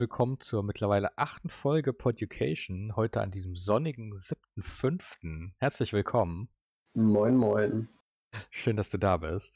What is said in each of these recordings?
willkommen zur mittlerweile 8. Folge Poducation, heute an diesem sonnigen 7.5. Herzlich willkommen. Moin, moin. Schön, dass du da bist.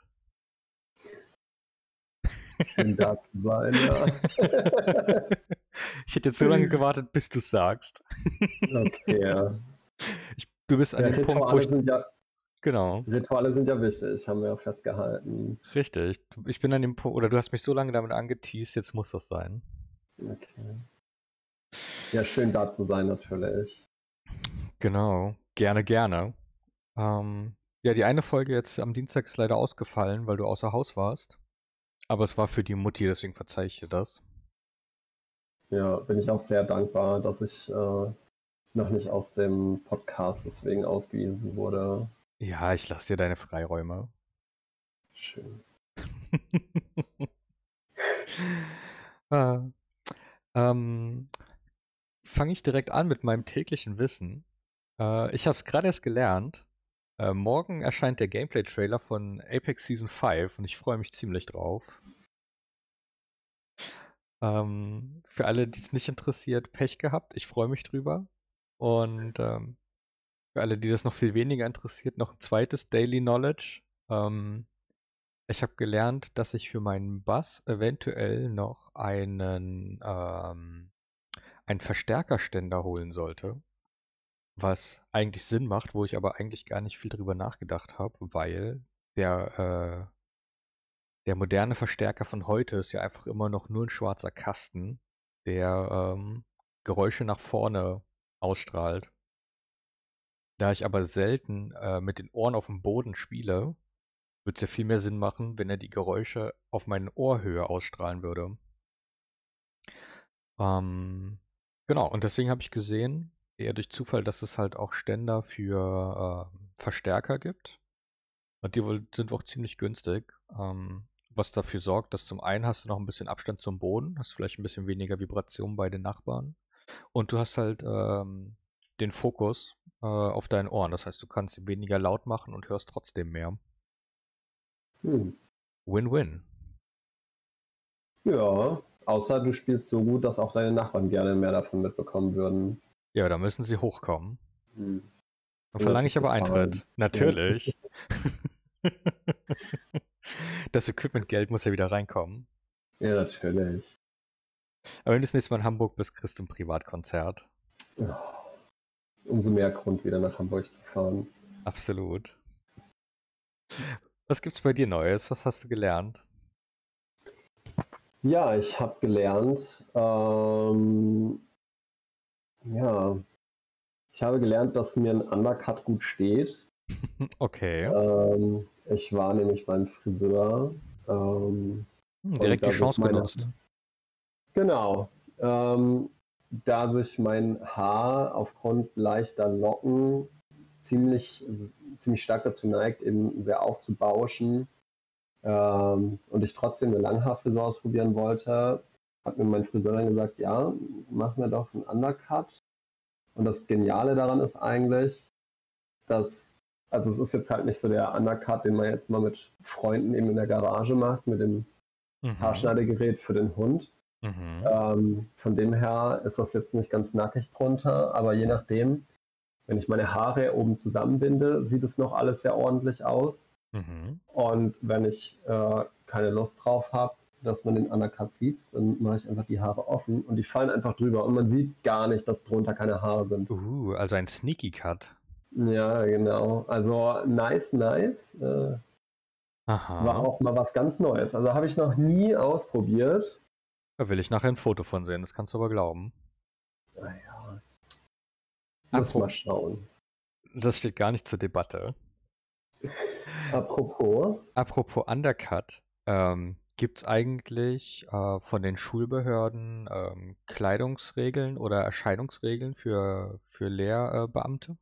Schön da zu sein, ja. Ich hätte jetzt so lange gewartet, bis du es sagst. Okay, ja. Du bist an Ja, dem Punkt, wo ich... Rituale Genau, sind ja wichtig, haben wir ja festgehalten. richtig. Ich bin an dem Punkt, oder du hast mich so lange damit angeteased, jetzt muss das sein. Okay. Ja, schön da zu sein, natürlich. Genau, gerne, gerne. Ja, die eine Folge jetzt am Dienstag ist leider ausgefallen, weil du außer Haus warst. Aber es war für die Mutti, deswegen verzeih ich dir das. Ja, bin ich auch sehr dankbar, dass ich noch nicht aus dem Podcast deswegen ausgewiesen wurde. Ja, ich lasse dir deine Freiräume. Schön. Ah, fange ich direkt an mit meinem täglichen Wissen. Ich habe es gerade erst gelernt. Morgen erscheint der Gameplay-Trailer von Apex Season 5 und ich freue mich ziemlich drauf. Für alle, die es nicht interessiert, Pech gehabt. Ich freue mich drüber. Und für alle, die das noch viel weniger interessiert, noch ein zweites Daily Knowledge. Ich habe gelernt, dass ich für meinen Bass eventuell noch einen Verstärkerständer holen sollte, was eigentlich Sinn macht, wo ich aber eigentlich gar nicht viel drüber nachgedacht habe, weil der, der moderne Verstärker von heute ist ja einfach immer noch nur ein schwarzer Kasten, der Geräusche nach vorne ausstrahlt. Da ich aber selten mit den Ohren auf dem Boden spiele, würde es ja viel mehr Sinn machen, wenn er die Geräusche auf meine Ohrhöhe ausstrahlen würde. Genau, und deswegen habe ich gesehen, eher durch Zufall, dass es halt auch Ständer für Verstärker gibt. Und sind auch ziemlich günstig. Was dafür sorgt, dass zum einen hast du noch ein bisschen Abstand zum Boden, hast vielleicht ein bisschen weniger Vibration bei den Nachbarn. Und du hast halt den Fokus auf deinen Ohren. Das heißt, du kannst weniger laut machen und hörst trotzdem mehr. Win-win. Ja, außer du spielst so gut, dass auch deine Nachbarn gerne mehr davon mitbekommen würden. Ja, da müssen sie hochkommen. Hm. Dann Und verlange ich natürlich aber bezahlen. Eintritt. Natürlich. Das Equipment-Geld muss ja wieder reinkommen. Ja, natürlich. Aber wenn du das nächste Mal in Hamburg bist, kriegst du ein Privatkonzert. Ja. Umso mehr Grund, wieder nach Hamburg zu fahren. Absolut. Was gibt's bei dir Neues? Was hast du gelernt? Ja, ich habe gelernt, ich habe gelernt, dass mir ein Undercut gut steht. Okay. Ich war nämlich beim Friseur. Und Direkt die da sich Chance genutzt. Genau. Da sich mein Haar aufgrund leichter Locken ziemlich stark dazu neigt, eben sehr aufzubauschen, und ich trotzdem eine Langhaarfrisur ausprobieren wollte, hat mir mein Friseur dann gesagt, ja, mach mir doch einen Undercut. Und das Geniale daran ist eigentlich, dass, also es ist jetzt halt nicht so der Undercut, den man jetzt mal mit Freunden eben in der Garage macht, mit dem Haarschneidegerät für den Hund. Von dem her ist das jetzt nicht ganz nackig drunter, aber je nachdem, wenn ich meine Haare oben zusammenbinde, sieht es noch alles sehr ordentlich aus. Und wenn ich keine Lust drauf habe, dass man den Undercut sieht, dann mache ich einfach die Haare offen und die fallen einfach drüber und man sieht gar nicht, dass drunter keine Haare sind. Also ein Sneaky Cut. Ja, genau. Also nice. War auch mal was ganz Neues. Also habe ich noch nie ausprobiert. Da will ich nachher ein Foto von sehen, das kannst du aber glauben. Naja. Muss mal schauen. Das steht gar nicht zur Debatte. Apropos Undercut, gibt es eigentlich von den Schulbehörden Kleidungsregeln oder Erscheinungsregeln für Lehrbeamte?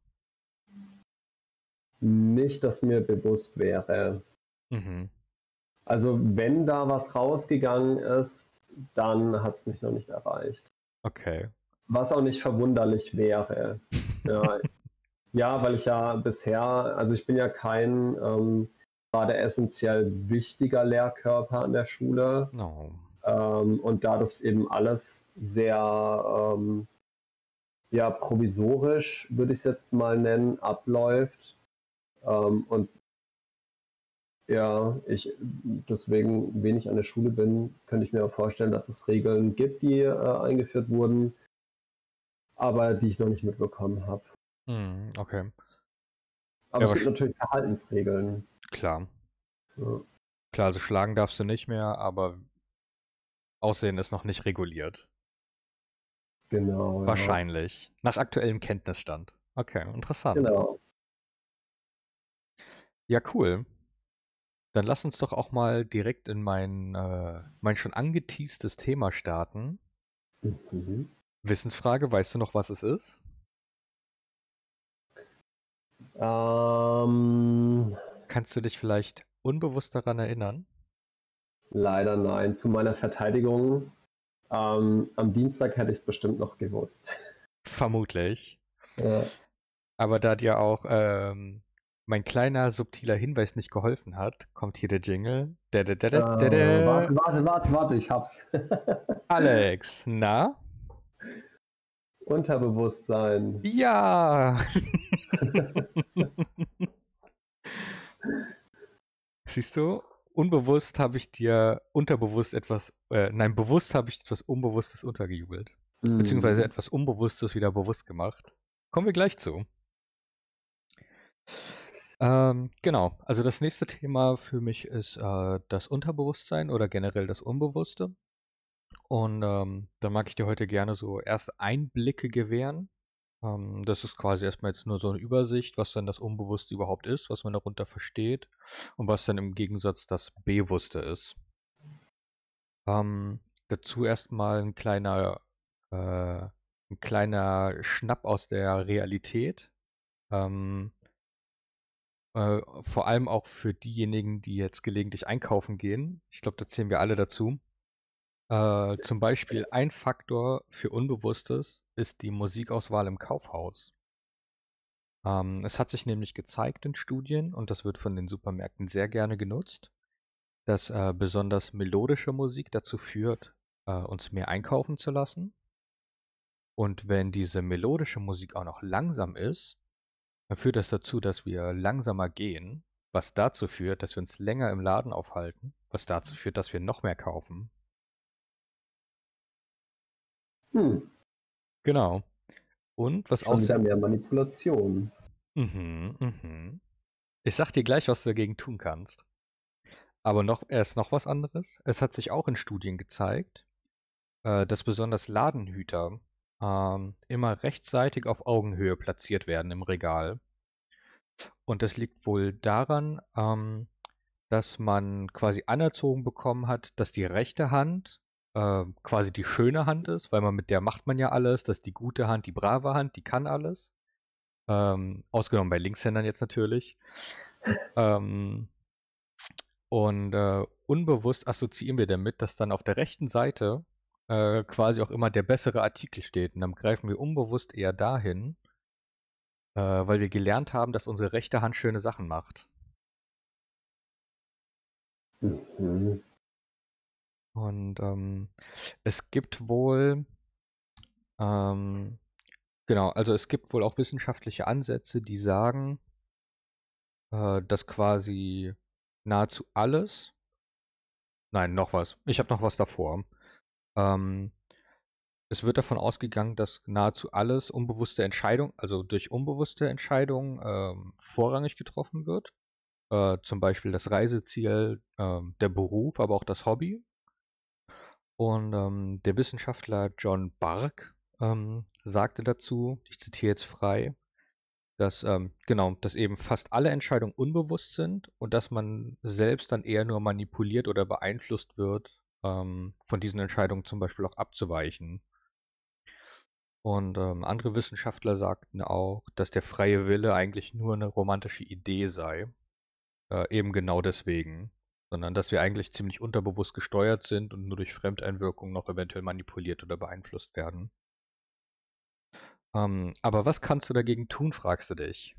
Nicht, dass mir bewusst wäre. Also wenn da was rausgegangen ist, dann hat es mich noch nicht erreicht. Okay. Was auch nicht verwunderlich wäre. Ja, weil ich ja bisher, also ich bin ja kein gerade essentiell wichtiger Lehrkörper an der Schule. No. Und da das eben alles sehr ja, provisorisch, würde ich es jetzt mal nennen, abläuft. Und ja, ich deswegen wenig an der Schule bin, könnte ich mir auch vorstellen, dass es Regeln gibt, die eingeführt wurden, aber die ich noch nicht mitbekommen habe. Okay. Aber Ja, es gibt natürlich Verhaltensregeln. klar. Ja, Klar, also schlagen darfst du nicht mehr, aber Aussehen ist noch nicht reguliert. genau, ja. Wahrscheinlich. Nach aktuellem Kenntnisstand. Okay, interessant. Genau. Ja, cool. Dann lass uns doch auch mal direkt in mein schon angeteastes Thema starten. Mhm. Wissensfrage, weißt du noch, was es ist? Ähm, Kannst du dich vielleicht unbewusst daran erinnern? leider nein. Zu meiner Verteidigung, am Dienstag hätte ich es bestimmt noch gewusst. Vermutlich. Ja. Aber da dir auch mein kleiner subtiler Hinweis nicht geholfen hat, kommt hier der Jingle. Warte, ich hab's. Alex, na? Unterbewusstsein. Ja! Siehst du, unbewusst habe ich dir unterbewusst nein, bewusst habe ich etwas Unbewusstes untergejubelt. Beziehungsweise Mhm. etwas Unbewusstes wieder bewusst gemacht. Kommen wir gleich zu. Genau, also das nächste Thema für mich ist das Unterbewusstsein oder generell das Unbewusste. Und da mag ich dir heute gerne so erst Einblicke gewähren. Das ist quasi erstmal jetzt nur so eine Übersicht, was dann das Unbewusste überhaupt ist, was man darunter versteht und was dann im Gegensatz das Bewusste ist. Dazu erstmal ein kleiner Schnapp aus der Realität. Ähm, vor allem auch für diejenigen, die jetzt gelegentlich einkaufen gehen. Ich glaube, da zählen wir alle dazu. Zum Beispiel ein Faktor für Unbewusstes ist die Musikauswahl im Kaufhaus. Es hat sich nämlich gezeigt in Studien, und das wird von den Supermärkten sehr gerne genutzt, dass besonders melodische Musik dazu führt, uns mehr einkaufen zu lassen. Und wenn diese melodische Musik auch noch langsam ist, dann führt das dazu, dass wir langsamer gehen, was dazu führt, dass wir uns länger im Laden aufhalten, was dazu führt, dass wir noch mehr kaufen. Hm. Genau. Und was auch Schon wieder sehr... mehr Manipulation. Mhm. Ich sag dir gleich, was du dagegen tun kannst. Aber erst noch was anderes. Es hat sich auch in Studien gezeigt, dass besonders Ladenhüter immer rechtzeitig auf Augenhöhe platziert werden im Regal. Und das liegt wohl daran, dass man quasi anerzogen bekommen hat, dass die rechte Hand quasi die schöne Hand ist, weil mit der macht man ja alles. Das ist die gute Hand, die brave Hand, die kann alles. Ausgenommen bei Linkshändern jetzt natürlich. Ähm, und unbewusst assoziieren wir damit, dass dann auf der rechten Seite quasi auch immer der bessere Artikel steht. Und dann greifen wir unbewusst eher dahin, weil wir gelernt haben, dass unsere rechte Hand schöne Sachen macht. Mhm. Und es gibt wohl, ähm, genau, also es gibt wohl auch wissenschaftliche Ansätze, die sagen, dass quasi nahezu alles, nein, noch was, ich habe noch was davor. Ähm, Es wird davon ausgegangen, dass nahezu alles unbewusste Entscheidungen, also durch unbewusste Entscheidungen vorrangig getroffen wird. Zum Beispiel das Reiseziel, der Beruf, aber auch das Hobby. Und der Wissenschaftler John Bark sagte dazu, ich zitiere jetzt frei, dass genau, dass eben fast alle Entscheidungen unbewusst sind und dass man selbst dann eher nur manipuliert oder beeinflusst wird, von diesen Entscheidungen zum Beispiel auch abzuweichen. Und andere Wissenschaftler sagten auch, dass der freie Wille eigentlich nur eine romantische Idee sei, eben genau deswegen, sondern dass wir eigentlich ziemlich unterbewusst gesteuert sind und nur durch Fremdeinwirkung noch eventuell manipuliert oder beeinflusst werden. Aber was kannst du dagegen tun, fragst du dich.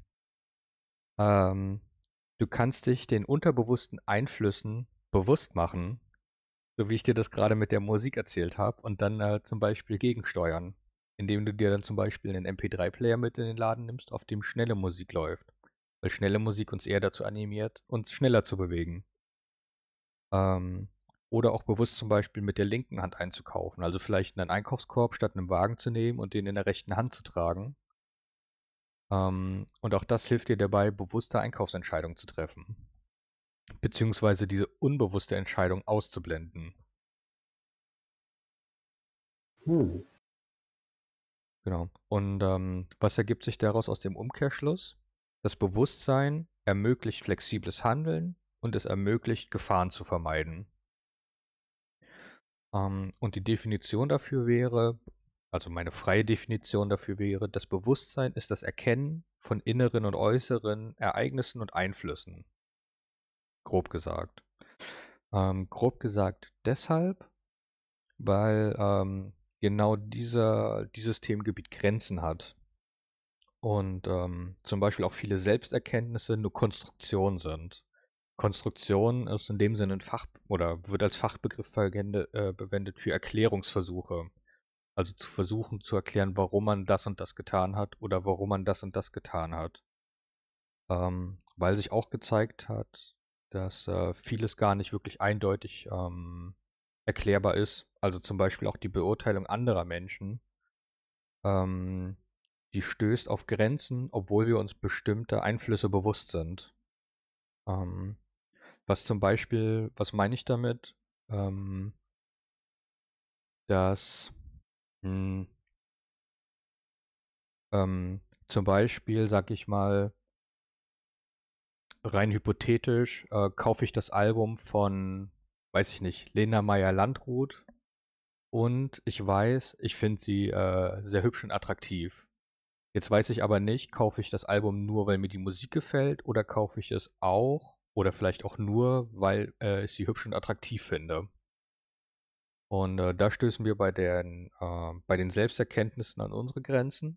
Ähm, Du kannst dich den unterbewussten Einflüssen bewusst machen So wie ich dir das gerade mit der Musik erzählt habe und dann zum Beispiel gegensteuern, indem du dir dann zum Beispiel einen MP3-Player mit in den Laden nimmst, auf dem schnelle Musik läuft, weil schnelle Musik uns eher dazu animiert, uns schneller zu bewegen. Ähm, oder auch bewusst zum Beispiel mit der linken Hand einzukaufen, also vielleicht einen Einkaufskorb statt einem Wagen zu nehmen und den in der rechten Hand zu tragen. Und auch das hilft dir dabei, bewusste Einkaufsentscheidungen zu treffen, beziehungsweise diese unbewusste Entscheidung auszublenden. Hm. Genau. Und was ergibt sich daraus aus dem Umkehrschluss? Das Bewusstsein ermöglicht flexibles Handeln und es ermöglicht, Gefahren zu vermeiden. Und die Definition dafür wäre, also meine freie Definition dafür wäre, das Bewusstsein ist das Erkennen von inneren und äußeren Ereignissen und Einflüssen, grob gesagt. Grob gesagt deshalb, weil genau dieses Themengebiet Grenzen hat. Und zum Beispiel auch viele Selbsterkenntnisse nur Konstruktion sind. Konstruktion ist in dem Sinne ein Fach oder wird als Fachbegriff verwendet für Erklärungsversuche. Also zu versuchen zu erklären, warum man das und das getan hat oder warum man das und das getan hat. Weil sich auch gezeigt hat, dass vieles gar nicht wirklich eindeutig erklärbar ist. Also zum Beispiel auch die Beurteilung anderer Menschen, ähm, die stößt auf Grenzen, obwohl wir uns bestimmte Einflüsse bewusst sind. Ähm, was meine ich damit? Ähm, dass mh, zum Beispiel, sag ich mal, rein hypothetisch kaufe ich das Album von, weiß ich nicht, Lena Meyer-Landrut und ich weiß, ich finde sie sehr hübsch und attraktiv. Jetzt weiß ich aber nicht, kaufe ich das Album nur, weil mir die Musik gefällt oder kaufe ich es auch oder vielleicht auch nur, weil ich sie hübsch und attraktiv finde. Und da stößen wir bei den Selbsterkenntnissen an unsere Grenzen.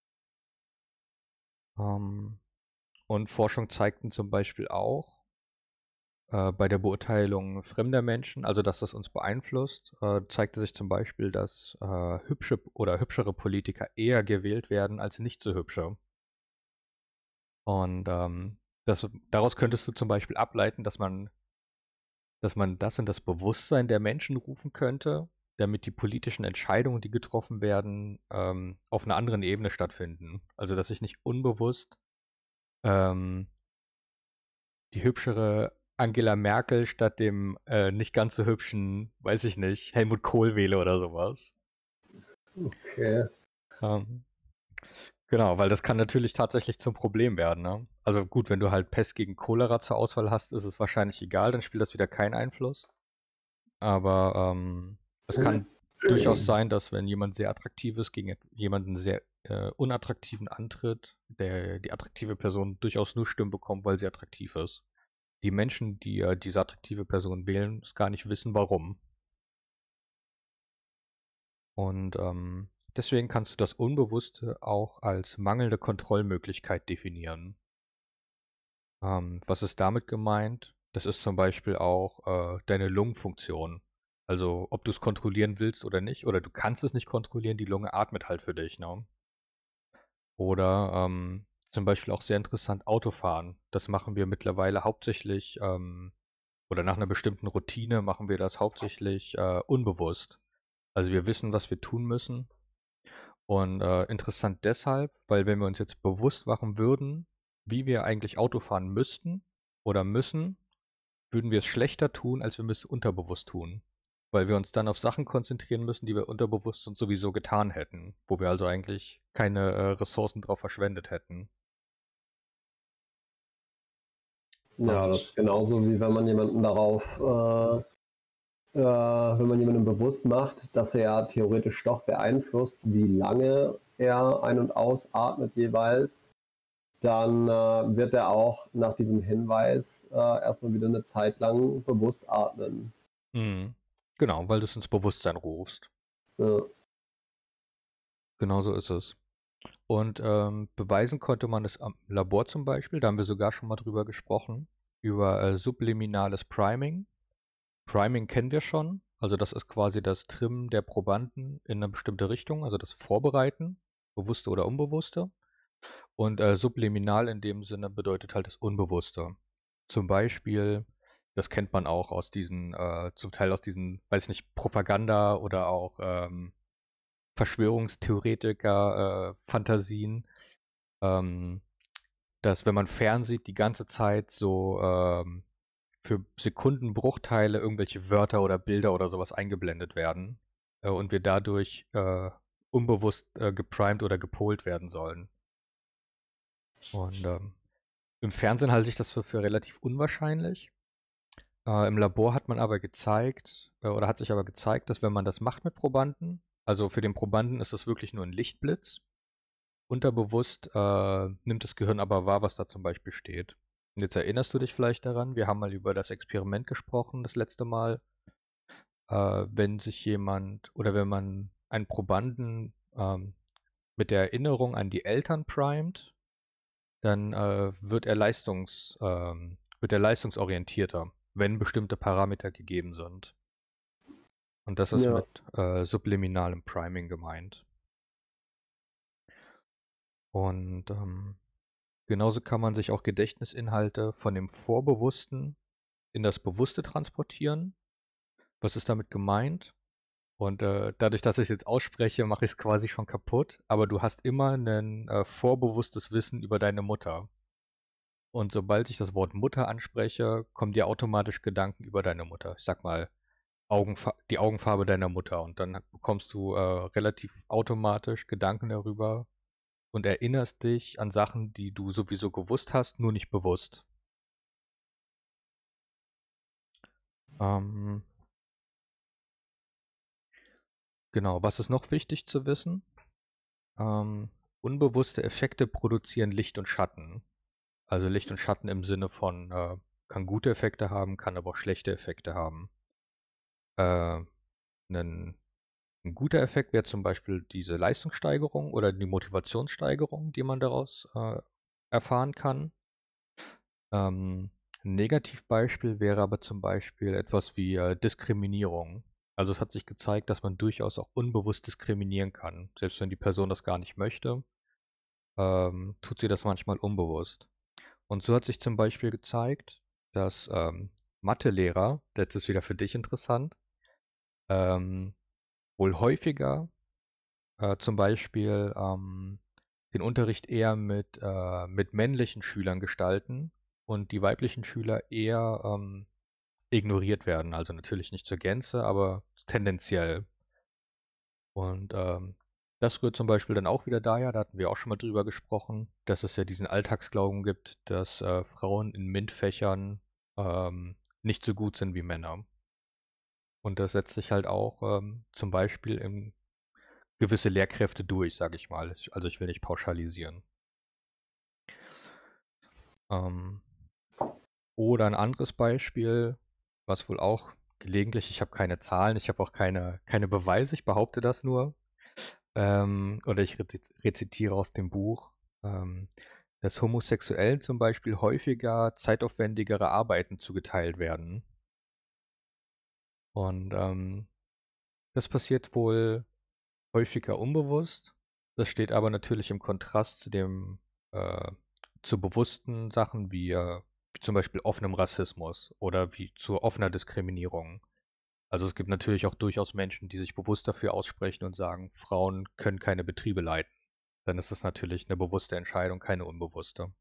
Ähm, und Forschung zeigten zum Beispiel auch bei der Beurteilung fremder Menschen, also dass das uns beeinflusst, zeigte sich zum Beispiel, dass hübsche oder hübschere Politiker eher gewählt werden als nicht so hübsche. Und daraus könntest du zum Beispiel ableiten, dass man das in das Bewusstsein der Menschen rufen könnte, damit die politischen Entscheidungen, die getroffen werden, auf einer anderen Ebene stattfinden. Also dass ich nicht unbewusst ähm, die hübschere Angela Merkel statt dem nicht ganz so hübschen, weiß ich nicht, Helmut Kohl wähle oder sowas. Okay. Ähm, genau, weil das kann natürlich tatsächlich zum Problem werden, ne? Also gut, wenn du halt Pest gegen Cholera zur Auswahl hast, ist es wahrscheinlich egal, dann spielt das wieder keinen Einfluss. Aber es kann durchaus sein, dass wenn jemand sehr attraktiv ist, gegen jemanden sehr unattraktiven antritt, die attraktive Person durchaus nur Stimmen bekommt, weil sie attraktiv ist. Die Menschen, die diese attraktive Person wählen, es gar nicht wissen, warum. Und deswegen kannst du das Unbewusste auch als mangelnde Kontrollmöglichkeit definieren. Was ist damit gemeint? Das ist zum Beispiel auch deine Lungenfunktion. Also ob du es kontrollieren willst oder nicht, oder du kannst es nicht kontrollieren, die Lunge atmet halt für dich, ne? Oder zum Beispiel auch sehr interessant Autofahren. Das machen wir mittlerweile hauptsächlich oder nach einer bestimmten Routine machen wir das hauptsächlich unbewusst. Also wir wissen, was wir tun müssen. Und interessant deshalb, weil wenn wir uns jetzt bewusst machen würden, wie wir eigentlich Auto fahren müssten oder müssen, würden wir es schlechter tun, als wenn wir es unterbewusst tun. Weil wir uns dann auf Sachen konzentrieren müssen, die wir unterbewusst uns sowieso getan hätten, wo wir also eigentlich keine Ressourcen drauf verschwendet hätten. Ja, das ist Und genauso wie wenn man jemanden wenn man jemandem bewusst macht, dass er ja theoretisch doch beeinflusst, wie lange er ein- und ausatmet jeweils, dann wird er auch nach diesem Hinweis erstmal wieder eine Zeit lang bewusst atmen. genau, weil du es ins Bewusstsein rufst. Ja. Genau so ist es. Und beweisen konnte man es am Labor zum Beispiel, da haben wir sogar schon mal drüber gesprochen, über subliminales Priming. Priming kennen wir schon. Also das ist quasi das Trimmen der Probanden in eine bestimmte Richtung, also das Vorbereiten, bewusste oder unbewusste. Und subliminal in dem Sinne bedeutet halt das Unbewusste. Zum Beispiel, das kennt man auch aus diesen, zum Teil aus diesen, weiß nicht, Propaganda oder auch Verschwörungstheoretiker, Fantasien, ähm, dass wenn man fernsieht, die ganze Zeit so für Sekundenbruchteile irgendwelche Wörter oder Bilder oder sowas eingeblendet werden und wir dadurch unbewusst geprimed oder gepolt werden sollen. Und im Fernsehen halte ich das für relativ unwahrscheinlich. Im Labor hat man aber gezeigt, oder hat sich aber gezeigt, dass wenn man das macht mit Probanden, also für den Probanden ist das wirklich nur ein Lichtblitz, unterbewusst nimmt das Gehirn aber wahr, was da zum Beispiel steht. Und jetzt erinnerst du dich vielleicht daran, wir haben mal über das Experiment gesprochen, das letzte Mal, wenn sich jemand oder wenn man einen Probanden mit der Erinnerung an die Eltern primet, dann wird er leistungsorientierter, wenn bestimmte Parameter gegeben sind. Und das ist Ja. mit subliminalem Priming gemeint. Und genauso kann man sich auch Gedächtnisinhalte von dem Vorbewussten in das Bewusste transportieren. Was ist damit gemeint? Und dadurch, dass ich es jetzt ausspreche, mache ich es quasi schon kaputt. Aber du hast immer ein vorbewusstes Wissen über deine Mutter. Und sobald ich das Wort Mutter anspreche, kommen dir automatisch Gedanken über deine Mutter. Ich sag mal, die Augenfarbe deiner Mutter. Und dann bekommst du relativ automatisch Gedanken darüber und erinnerst dich an Sachen, die du sowieso gewusst hast, nur nicht bewusst. Ähm, genau, was ist noch wichtig zu wissen? Ähm, unbewusste Effekte produzieren Licht und Schatten. Also Licht und Schatten im Sinne von, kann gute Effekte haben, kann aber auch schlechte Effekte haben. Äh, ein guter Effekt wäre zum Beispiel diese Leistungssteigerung oder die Motivationssteigerung, die man daraus erfahren kann. Ein Negativbeispiel wäre aber zum Beispiel etwas wie Diskriminierung. Also es hat sich gezeigt, dass man durchaus auch unbewusst diskriminieren kann. Selbst wenn die Person das gar nicht möchte, tut sie das manchmal unbewusst. Und so hat sich zum Beispiel gezeigt, dass Mathelehrer, das ist wieder für dich interessant, ähm, wohl häufiger zum Beispiel den Unterricht eher mit männlichen Schülern gestalten und die weiblichen Schüler eher ignoriert werden. Also natürlich nicht zur Gänze, aber tendenziell. Und das rührt zum Beispiel dann auch wieder daher, da hatten wir auch schon mal drüber gesprochen, dass es ja diesen Alltagsglauben gibt, dass Frauen in MINT-Fächern nicht so gut sind wie Männer. Und das setzt sich halt auch zum Beispiel in gewisse Lehrkräfte durch, sage ich mal. Also ich will nicht pauschalisieren. Ähm, oder ein anderes Beispiel, was wohl auch gelegentlich, ich habe keine Zahlen, ich habe auch keine Beweise, ich behaupte das nur, oder ich rezitiere aus dem Buch, ähm, dass Homosexuellen zum Beispiel häufiger zeitaufwendigere Arbeiten zugeteilt werden. Und das passiert wohl häufiger unbewusst. Das steht aber natürlich im Kontrast äh, zu bewussten Sachen wie zum Beispiel offenem Rassismus oder wie zu offener Diskriminierung. Also es gibt natürlich auch durchaus Menschen, die sich bewusst dafür aussprechen und sagen, Frauen können keine Betriebe leiten. Dann ist das natürlich eine bewusste Entscheidung, keine unbewusste.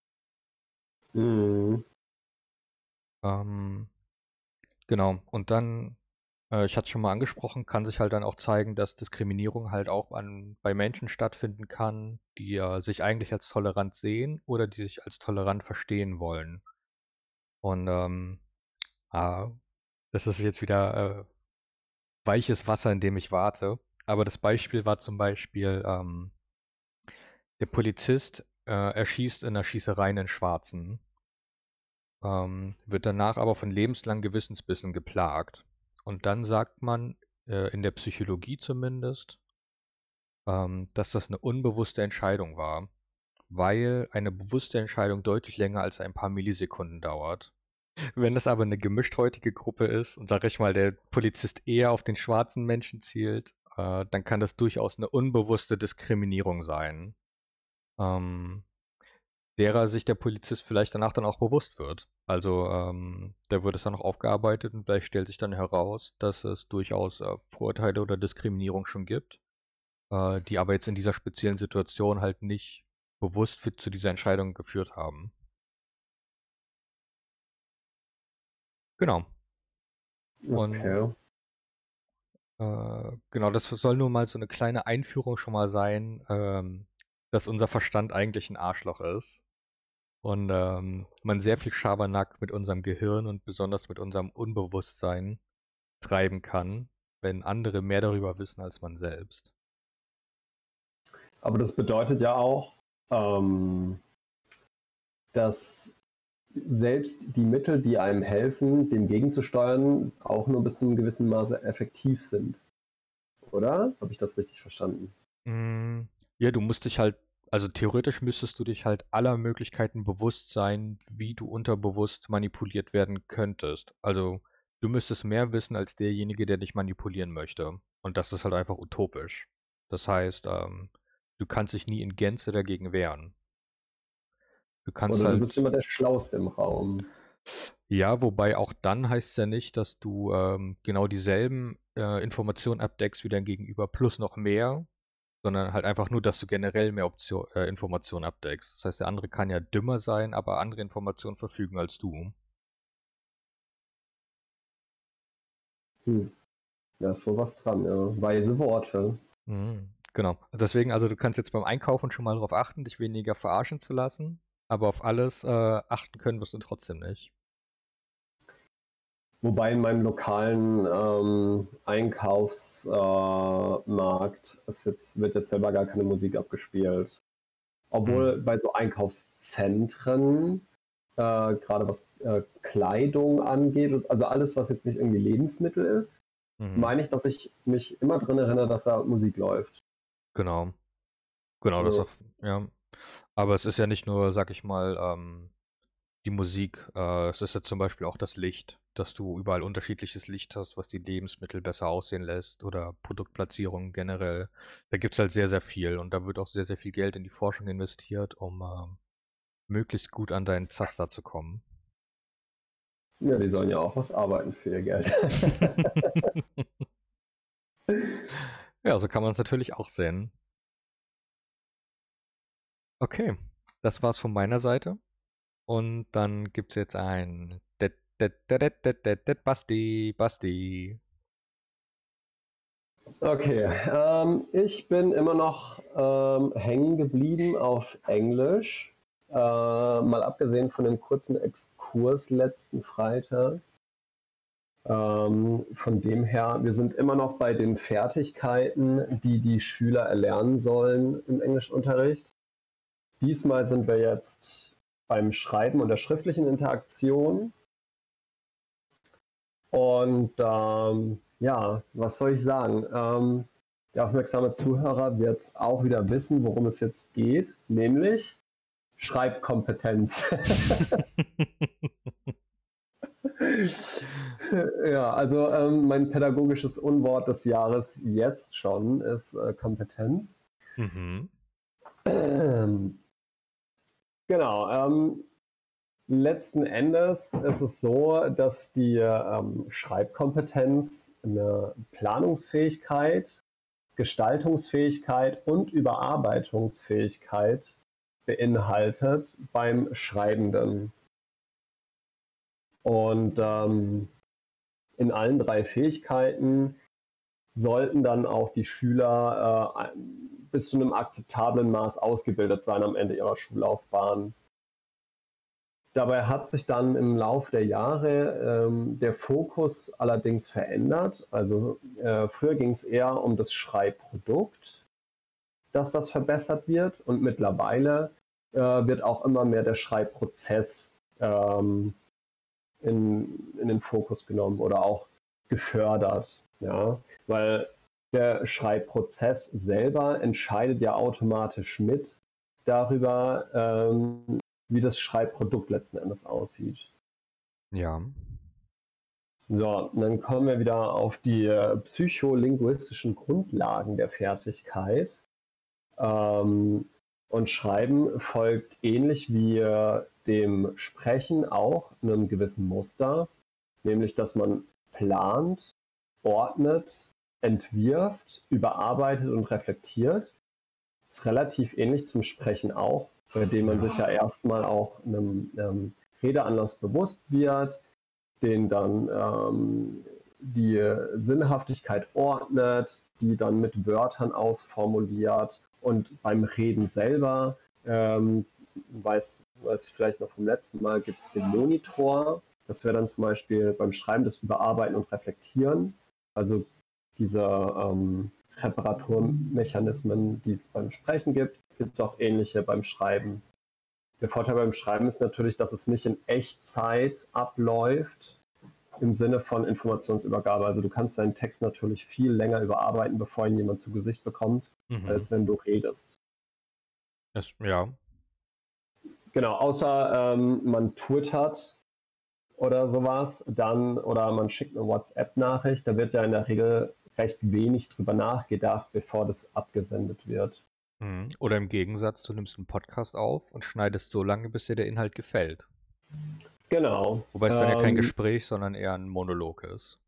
Mhm. Ähm, genau. Und dann, ich hatte es schon mal angesprochen, kann sich halt dann auch zeigen, dass Diskriminierung halt auch bei Menschen stattfinden kann, die sich eigentlich als tolerant sehen oder die sich als tolerant verstehen wollen. Und ah, das ist jetzt wieder weiches Wasser, in dem ich warte. Aber das Beispiel war zum Beispiel, der Polizist erschießt in einer Schießerei einen Schwarzen, wird danach aber von lebenslangen Gewissensbissen geplagt. Und dann sagt man, in der Psychologie zumindest, dass das eine unbewusste Entscheidung war, weil eine bewusste Entscheidung deutlich länger als ein paar Millisekunden dauert. Wenn das aber eine gemischthäutige Gruppe ist und, sage ich mal, der Polizist eher auf den schwarzen Menschen zielt, dann kann das durchaus eine unbewusste Diskriminierung sein, ähm, derer sich der Polizist vielleicht danach dann auch bewusst wird. Also, da wird es dann noch aufgearbeitet und vielleicht stellt sich dann heraus, dass es durchaus, Vorurteile oder Diskriminierung schon gibt, die aber jetzt in dieser speziellen Situation halt nicht bewusst zu dieser Entscheidung geführt haben. Genau. Und Okay. genau, das soll nur mal so eine kleine Einführung schon mal sein, dass unser Verstand eigentlich ein Arschloch ist und, man sehr viel Schabernack mit unserem Gehirn und besonders mit unserem Unbewusstsein treiben kann, wenn andere mehr darüber wissen als man selbst. Aber das bedeutet ja auch, ähm, dass selbst die Mittel, die einem helfen, dem gegenzusteuern, auch nur bis zu einem gewissen Maße effektiv sind. Oder? Habe ich das richtig verstanden? Hm, ja, du musst dich halt also theoretisch müsstest du dich halt aller Möglichkeiten bewusst sein, wie du unterbewusst manipuliert werden könntest. Also, du müsstest mehr wissen als derjenige, der dich manipulieren möchte. Und das ist halt einfach utopisch. Das heißt, du kannst dich nie in Gänze dagegen wehren. Du kannst Oder du bist halt immer der Schlauste im Raum. ja, wobei auch dann heißt es ja nicht, dass du, genau dieselben, Informationen abdeckst wie dein Gegenüber plus noch mehr, sondern halt einfach nur, dass du generell mehr Informationen abdeckst. Das heißt, der andere kann ja dümmer sein, aber andere Informationen verfügen als du. Hm. Da ist wohl was dran, ja. Weise Worte. Mhm, genau. Deswegen, also du kannst jetzt beim Einkaufen schon mal darauf achten, dich weniger verarschen zu lassen, aber auf alles achten können wirst du trotzdem nicht. Wobei in meinem lokalen Einkaufsmarkt wird jetzt selber gar keine Musik abgespielt. Mhm. Obwohl bei so Einkaufszentren, gerade was Kleidung angeht, also alles, was jetzt nicht irgendwie Lebensmittel ist, Mhm. meine ich, dass ich mich immer dran erinnere, dass da Musik läuft. Genau. Genau, das Ja. auch, ja. Aber es ist ja nicht nur, sag ich mal, die Musik, es ist ja zum Beispiel auch das Licht, dass du überall unterschiedliches Licht hast, was die Lebensmittel besser aussehen lässt oder Produktplatzierungen generell. Da gibt's halt sehr, sehr viel und da wird auch sehr, sehr viel Geld in die Forschung investiert, um möglichst gut an deinen Zaster zu kommen. Ja, die sollen ja auch was arbeiten für ihr Geld. Ja, so kann man es natürlich auch sehen. Okay, das war's von meiner Seite. Und dann gibt's jetzt ein Basti, Basti. Okay, ich bin immer noch hängen geblieben auf Englisch. Mal abgesehen von dem kurzen Exkurs letzten Freitag. Von dem her, wir sind immer noch bei den Fertigkeiten, die die Schüler erlernen sollen im Englischunterricht. Diesmal sind wir jetzt beim Schreiben und der schriftlichen Interaktion. Und ja, was soll ich sagen? Der aufmerksame Zuhörer wird auch wieder wissen, worum es jetzt geht, nämlich Schreibkompetenz. Ja, also mein pädagogisches Unwort des Jahres jetzt schon ist Kompetenz. Mhm. Genau. Letzten Endes ist es so, dass die Schreibkompetenz eine Planungsfähigkeit, Gestaltungsfähigkeit und Überarbeitungsfähigkeit beinhaltet beim Schreibenden. Und in allen drei Fähigkeiten sollten dann auch die Schüler bis zu einem akzeptablen Maß ausgebildet sein am Ende ihrer Schullaufbahn. Dabei hat sich dann im Laufe der Jahre der Fokus allerdings verändert. Also früher ging es eher um das Schreibprodukt, dass das verbessert wird, und mittlerweile wird auch immer mehr der Schreibprozess in den Fokus genommen oder auch gefördert. Ja? Weil der Schreibprozess selber entscheidet ja automatisch mit darüber, wie das Schreibprodukt letzten Endes aussieht. Ja. So, und dann kommen wir wieder auf die psycholinguistischen Grundlagen der Fertigkeit. Und Schreiben folgt ähnlich wie dem Sprechen auch einem gewissen Muster, nämlich dass man plant, ordnet, entwirft, überarbeitet und reflektiert. Ist relativ ähnlich zum Sprechen auch, bei dem man sich ja erstmal auch einem Redeanlass bewusst wird, den dann die Sinnhaftigkeit ordnet, die dann mit Wörtern ausformuliert und beim Reden selber, weiß ich vielleicht noch vom letzten Mal, gibt es den Monitor. Das wäre dann zum Beispiel beim Schreiben das Überarbeiten und Reflektieren. Also diese Reparaturmechanismen, die es beim Sprechen gibt, gibt es auch ähnliche beim Schreiben. Der Vorteil beim Schreiben ist natürlich, dass es nicht in Echtzeit abläuft, im Sinne von Informationsübergabe. Also du kannst deinen Text natürlich viel länger überarbeiten, bevor ihn jemand zu Gesicht bekommt, als wenn du redest. Ja. Genau, außer man twittert oder sowas, dann oder man schickt eine WhatsApp-Nachricht, da wird ja in der Regel recht wenig drüber nachgedacht, bevor das abgesendet wird. Oder im Gegensatz, du nimmst einen Podcast auf und schneidest so lange, bis dir der Inhalt gefällt. Genau. Wobei es dann ja kein Gespräch, sondern eher ein Monolog ist.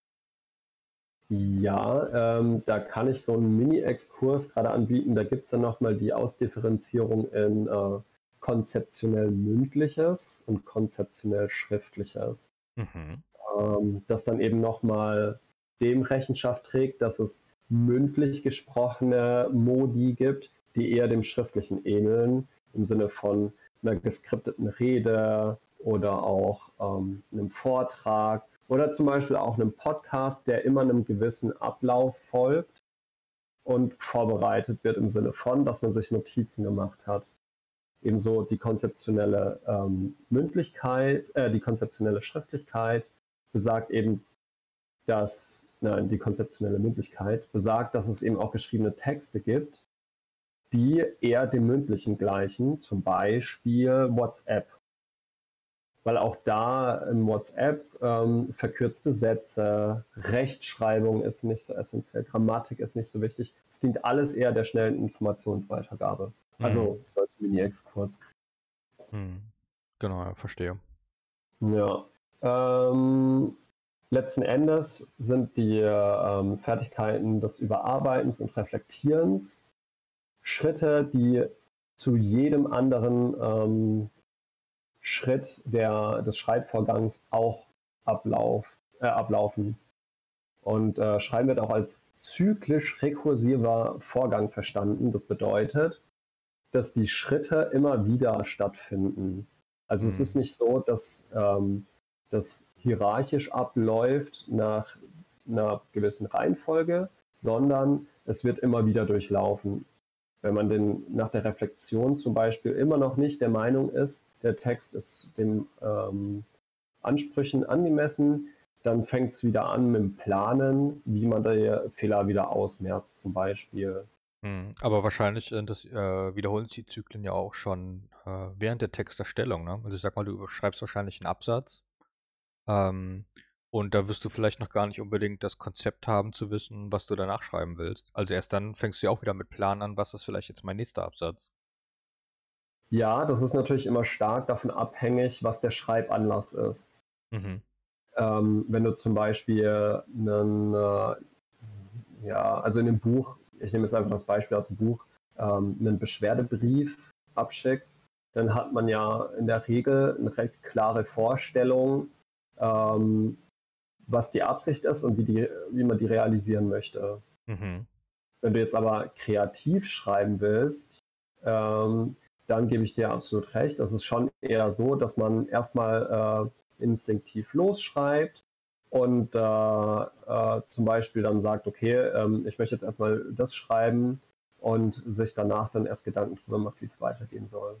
Ja, da kann ich so einen Mini-Exkurs gerade anbieten. Da gibt es dann nochmal die Ausdifferenzierung in konzeptionell Mündliches und konzeptionell Schriftliches. Das dann eben nochmal dem Rechenschaft trägt, dass es mündlich gesprochene Modi gibt, die eher dem Schriftlichen ähneln, im Sinne von einer geskripteten Rede oder auch einem Vortrag oder zum Beispiel auch einem Podcast, der immer einem gewissen Ablauf folgt und vorbereitet wird im Sinne von, dass man sich Notizen gemacht hat. Ebenso die konzeptionelle Mündlichkeit, die konzeptionelle Schriftlichkeit besagt eben, die konzeptionelle Mündlichkeit besagt, dass es eben auch geschriebene Texte gibt, die eher dem mündlichen gleichen, zum Beispiel WhatsApp. Weil auch da im WhatsApp verkürzte Sätze, Rechtschreibung ist nicht so essentiell, Grammatik ist nicht so wichtig. Es dient alles eher der schnellen Informationsweitergabe. Also so als Mini-Exkurs. Genau, ja, verstehe. Ja. Letzten Endes sind die Fertigkeiten des Überarbeitens und Reflektierens Schritte, die zu jedem anderen Schritt des Schreibvorgangs auch ablaufen. Und Schreiben wird auch als zyklisch rekursiver Vorgang verstanden. Das bedeutet, dass die Schritte immer wieder stattfinden. Also es ist nicht so, dass das hierarchisch abläuft nach einer gewissen Reihenfolge, sondern es wird immer wieder durchlaufen. Wenn man denn nach der Reflexion zum Beispiel immer noch nicht der Meinung ist, der Text ist den Ansprüchen angemessen, dann fängt es wieder an mit dem Planen, wie man die Fehler wieder ausmerzt zum Beispiel. Aber wahrscheinlich wiederholen sich die Zyklen ja auch schon während der Texterstellung, ne? Also ich sag mal, du schreibst wahrscheinlich einen Absatz und da wirst du vielleicht noch gar nicht unbedingt das Konzept haben zu wissen, was du danach schreiben willst. Also erst dann fängst du ja auch wieder mit Plan an, was ist vielleicht jetzt mein nächster Absatz. Ja, das ist natürlich immer stark davon abhängig, was der Schreibanlass ist. Wenn du zum Beispiel also in dem Buch, ich nehme jetzt einfach das Beispiel aus dem Buch, einen Beschwerdebrief abschickst, dann hat man ja in der Regel eine recht klare Vorstellung, was die Absicht ist und wie man die realisieren möchte. Wenn du jetzt aber kreativ schreiben willst, dann gebe ich dir absolut recht. Das ist schon eher so, dass man erstmal instinktiv losschreibt und zum Beispiel dann sagt, okay, ich möchte jetzt erstmal das schreiben und sich danach dann erst Gedanken darüber macht, wie es weitergehen soll.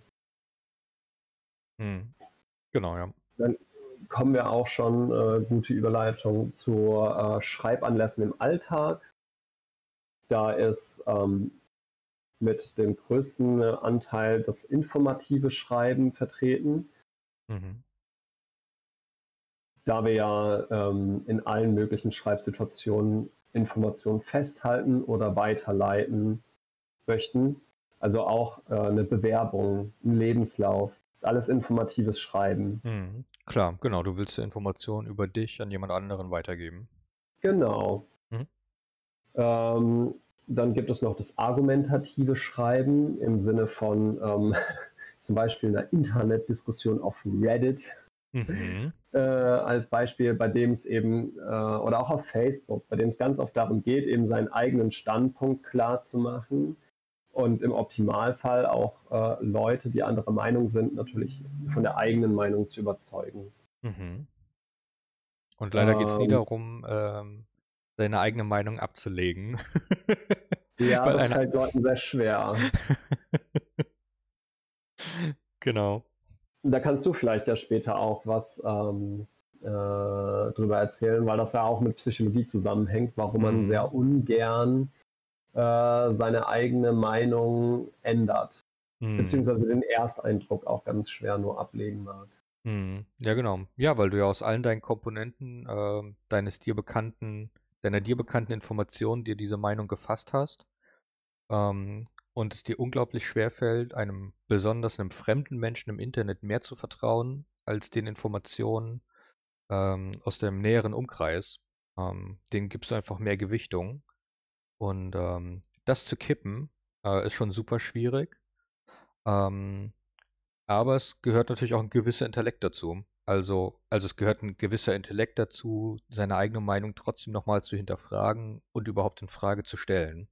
Genau, ja. Dann kommen wir auch schon, gute Überleitung zu Schreibanlässen im Alltag. Da ist mit dem größten Anteil das informative Schreiben vertreten. da wir ja in allen möglichen Schreibsituationen Informationen festhalten oder weiterleiten möchten, also auch eine Bewerbung, ein Lebenslauf, ist alles informatives Schreiben. Klar, genau, du willst ja Informationen über dich an jemand anderen weitergeben. Genau. Mhm. Dann gibt es noch das argumentative Schreiben im Sinne von zum Beispiel einer Internetdiskussion auf Reddit Mhm. als Beispiel, bei dem es eben, oder auch auf Facebook, bei dem es ganz oft darum geht, eben seinen eigenen Standpunkt klar zu machen und im Optimalfall auch Leute, die anderer Meinung sind, natürlich von der eigenen Meinung zu überzeugen. Mhm. Und leider geht es nie Ähm, darum, seine eigene Meinung abzulegen. ja, Weil das einer. fällt Leuten sehr schwer. Genau. Da kannst du vielleicht ja später auch was drüber erzählen, weil das ja auch mit Psychologie zusammenhängt, warum man Mhm. sehr ungern seine eigene Meinung ändert, Mhm. beziehungsweise den Ersteindruck auch ganz schwer nur ablegen mag. Mhm. Ja, genau. Ja, weil du ja aus allen deinen Komponenten deiner dir bekannten Informationen dir diese Meinung gefasst hast, und es dir unglaublich schwerfällt, besonders einem fremden Menschen im Internet mehr zu vertrauen als den Informationen aus dem näheren Umkreis. Denen gibst du einfach mehr Gewichtung. Und das zu kippen, ist schon super schwierig. Ähm, aber es gehört natürlich auch ein gewisser Intellekt dazu. Also es gehört ein gewisser Intellekt dazu, seine eigene Meinung trotzdem nochmal zu hinterfragen und überhaupt in Frage zu stellen.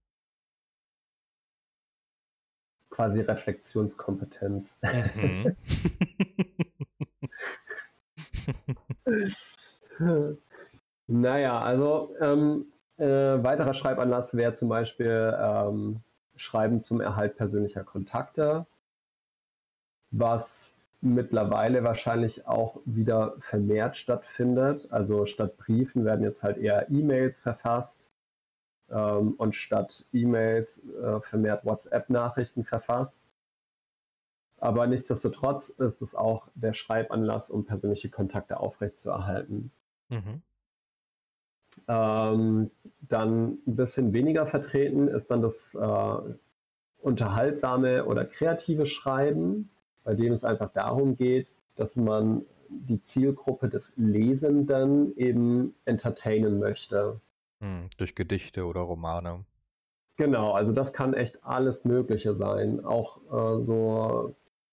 Quasi Reflexionskompetenz. Mhm. Naja, also weiterer Schreibanlass wäre zum Beispiel Schreiben zum Erhalt persönlicher Kontakte, was mittlerweile wahrscheinlich auch wieder vermehrt stattfindet. Also statt Briefen werden jetzt halt eher E-Mails verfasst und statt E-Mails vermehrt WhatsApp-Nachrichten verfasst. Aber nichtsdestotrotz ist es auch der Schreibanlass, um persönliche Kontakte aufrechtzuerhalten. Mhm. Dann ein bisschen weniger vertreten ist dann das unterhaltsame oder kreative Schreiben, bei dem es einfach darum geht, dass man die Zielgruppe des Lesenden eben entertainen möchte. Durch Gedichte oder Romane. Genau, also das kann echt alles Mögliche sein. Auch so,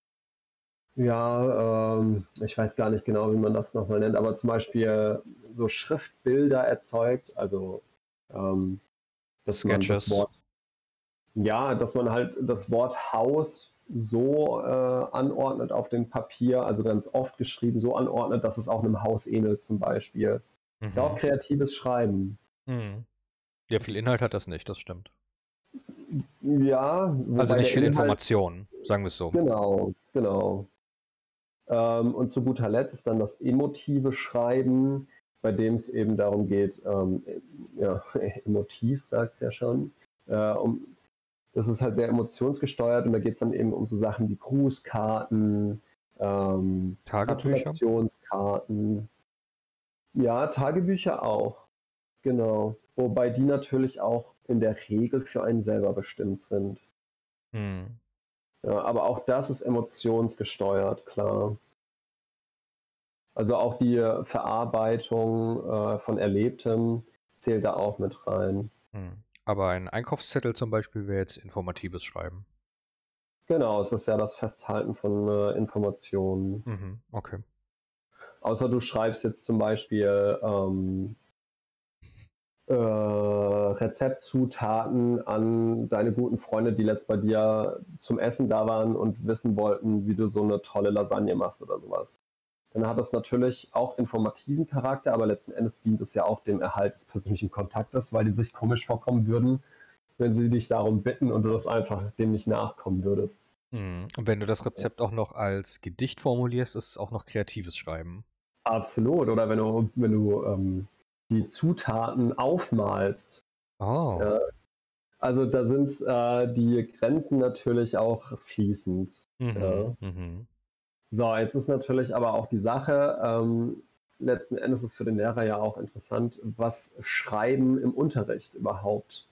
ja, ich weiß gar nicht genau, wie man das nochmal nennt, aber zum Beispiel so Schriftbilder erzeugt, also dass man das Sketches. Wort, ja, dass man halt das Wort Haus so anordnet auf dem Papier, also ganz oft geschrieben, so anordnet, dass es auch einem Haus ähnelt zum Beispiel. Ist auch Mhm. kreatives Schreiben. Mhm. Ja, viel Inhalt hat das nicht, das stimmt. Ja, Also wobei nicht der viel Inhalt, Information, sagen wir es so. genau, genau. Und zu guter Letzt ist dann das emotive Schreiben, bei dem es eben darum geht, ja, emotiv sagt es ja schon, das ist halt sehr emotionsgesteuert und da geht es dann eben um so Sachen wie Grußkarten, Tagebücher? Gratulationskarten, ja, Tagebücher auch, genau. Wobei die natürlich auch in der Regel für einen selber bestimmt sind. Mhm. Ja, aber auch das ist emotionsgesteuert, klar. Also auch die Verarbeitung von Erlebtem zählt da auch mit rein. Aber ein Einkaufszettel zum Beispiel wäre jetzt informatives Schreiben. Genau, es ist ja das Festhalten von Informationen. Mhm, okay. Außer du schreibst jetzt zum Beispiel Rezeptzutaten an deine guten Freunde, die letzt bei dir zum Essen da waren und wissen wollten, wie du so eine tolle Lasagne machst oder sowas. Dann hat das natürlich auch informativen Charakter, aber letzten Endes dient es ja auch dem Erhalt des persönlichen Kontaktes, weil die sich komisch vorkommen würden, wenn sie dich darum bitten und du das einfach dem nicht nachkommen würdest. Und wenn du das Rezept auch noch als Gedicht formulierst, ist es auch noch kreatives Schreiben. Absolut. Oder wenn du die Zutaten aufmalst. Oh. Ja. Also da sind die Grenzen natürlich auch fließend. Ja. Mhm, mhm. So, jetzt ist natürlich aber auch die Sache, letzten Endes ist für den Lehrer ja auch interessant, was Schreiben im Unterricht überhaupt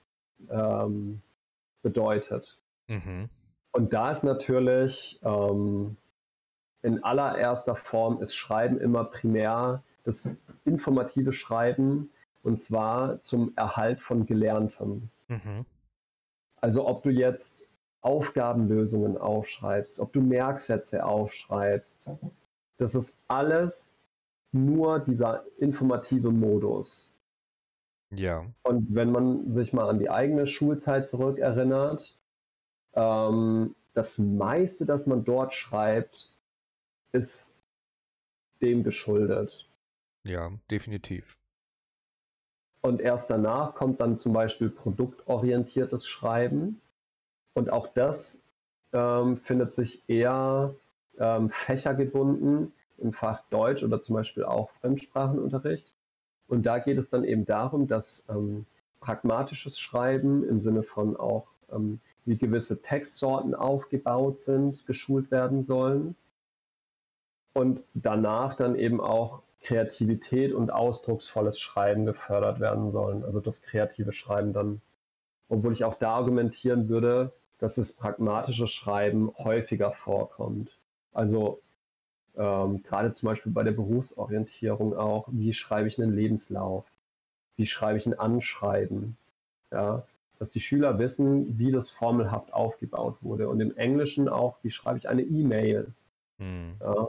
bedeutet. Mhm. Und da ist natürlich in allererster Form ist Schreiben immer primär das informative Schreiben, und zwar zum Erhalt von Gelerntem. Mhm. Also ob du jetzt Aufgabenlösungen aufschreibst, ob du Merksätze aufschreibst, das ist alles nur dieser informative Modus. Ja. Und wenn man sich mal an die eigene Schulzeit zurückerinnert, das meiste, das man dort schreibt, ist dem geschuldet. Ja, definitiv. Und erst danach kommt dann zum Beispiel produktorientiertes Schreiben. Und auch das findet sich eher fächergebunden im Fach Deutsch oder zum Beispiel auch Fremdsprachenunterricht. Und da geht es dann eben darum, dass pragmatisches Schreiben im Sinne von auch, wie gewisse Textsorten aufgebaut sind, geschult werden sollen. Und danach dann eben auch Kreativität und ausdrucksvolles Schreiben gefördert werden sollen. Also das kreative Schreiben dann. Obwohl ich auch da argumentieren würde, dass das pragmatische Schreiben häufiger vorkommt. Also gerade zum Beispiel bei der Berufsorientierung auch, wie schreibe ich einen Lebenslauf? Wie schreibe ich ein Anschreiben? Ja, dass die Schüler wissen, wie das formelhaft aufgebaut wurde. Und im Englischen auch, wie schreibe ich eine E-Mail? Hm. Ja,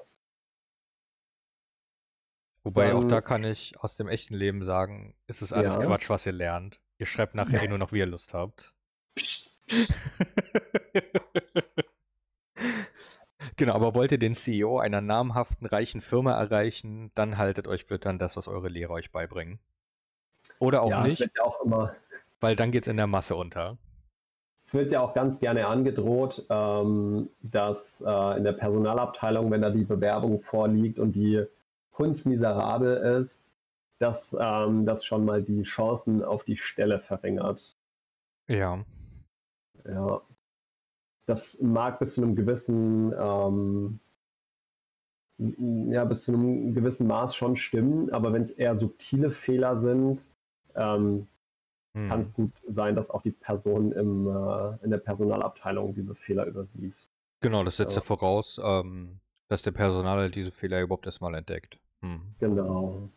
Wobei auch da dann, kann ich aus dem echten Leben sagen, ist es alles ja, Quatsch, was ihr lernt. Ihr schreibt nachher eh nur noch, wie ihr Lust habt. Genau, aber wollt ihr den CEO einer namhaften, reichen Firma erreichen, dann haltet euch bitte an das, was eure Lehrer euch beibringen. Oder auch ja, es nicht, wird ja auch immer, weil dann geht's in der Masse unter. es wird ja auch ganz gerne angedroht, dass in der Personalabteilung, wenn da die Bewerbung vorliegt und die hundsmiserabel ist, dass das schon mal die Chancen auf die Stelle verringert. Ja. Ja, das mag bis zu einem gewissen bis zu einem gewissen Maß schon stimmen, aber wenn es eher subtile Fehler sind, kann Hm. es gut sein, dass auch die Person in der Personalabteilung diese Fehler übersieht. Genau, das setzt ja Ja, voraus, dass der Personal diese Fehler überhaupt erstmal entdeckt. Hm. genau.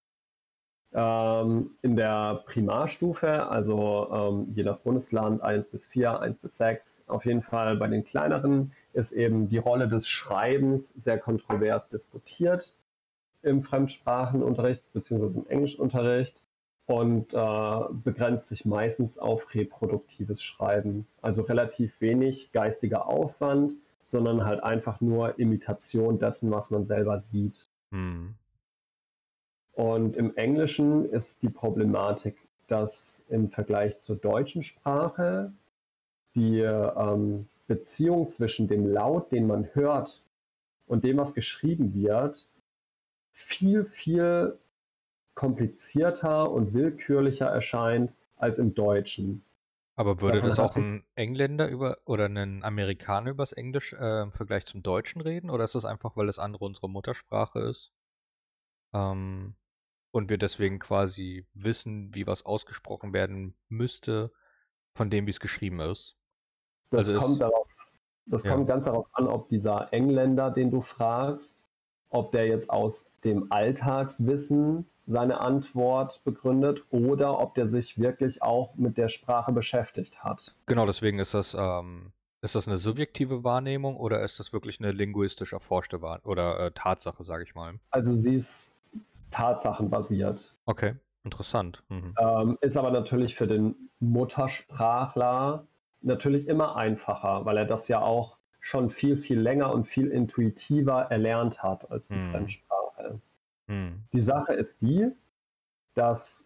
In der Primarstufe, also je nach Bundesland 1 bis 4, 1 bis 6, auf jeden Fall bei den kleineren ist eben die Rolle des Schreibens sehr kontrovers diskutiert im Fremdsprachenunterricht bzw. im Englischunterricht und begrenzt sich meistens auf reproduktives Schreiben. Also relativ wenig geistiger Aufwand, sondern halt einfach nur Imitation dessen, was man selber sieht. Hm. Und im Englischen ist die Problematik, dass im Vergleich zur deutschen Sprache die Beziehung zwischen dem Laut, den man hört, und dem, was geschrieben wird, viel, viel komplizierter und willkürlicher erscheint als im Deutschen. Aber würde Davon das auch hatte ich, ein Engländer oder ein Amerikaner übers Englisch im Vergleich zum Deutschen reden? Oder ist das einfach, weil das andere unsere Muttersprache ist? Ähm, und wir deswegen quasi wissen, wie was ausgesprochen werden müsste, von dem, wie es geschrieben ist. Also das kommt ist, darauf, das ja, kommt ganz darauf an, ob dieser Engländer, den du fragst, ob der jetzt aus dem Alltagswissen seine Antwort begründet oder ob der sich wirklich auch mit der Sprache beschäftigt hat. genau, deswegen ist das eine subjektive Wahrnehmung oder ist das wirklich eine linguistisch erforschte Tatsache, sage ich mal? Also sie ist tatsachenbasiert. Okay, interessant. Mhm. Ist aber natürlich für den Muttersprachler natürlich immer einfacher, weil er das ja auch schon viel, viel länger und viel intuitiver erlernt hat als die Mhm. Fremdsprache. Mhm. Die Sache ist die, dass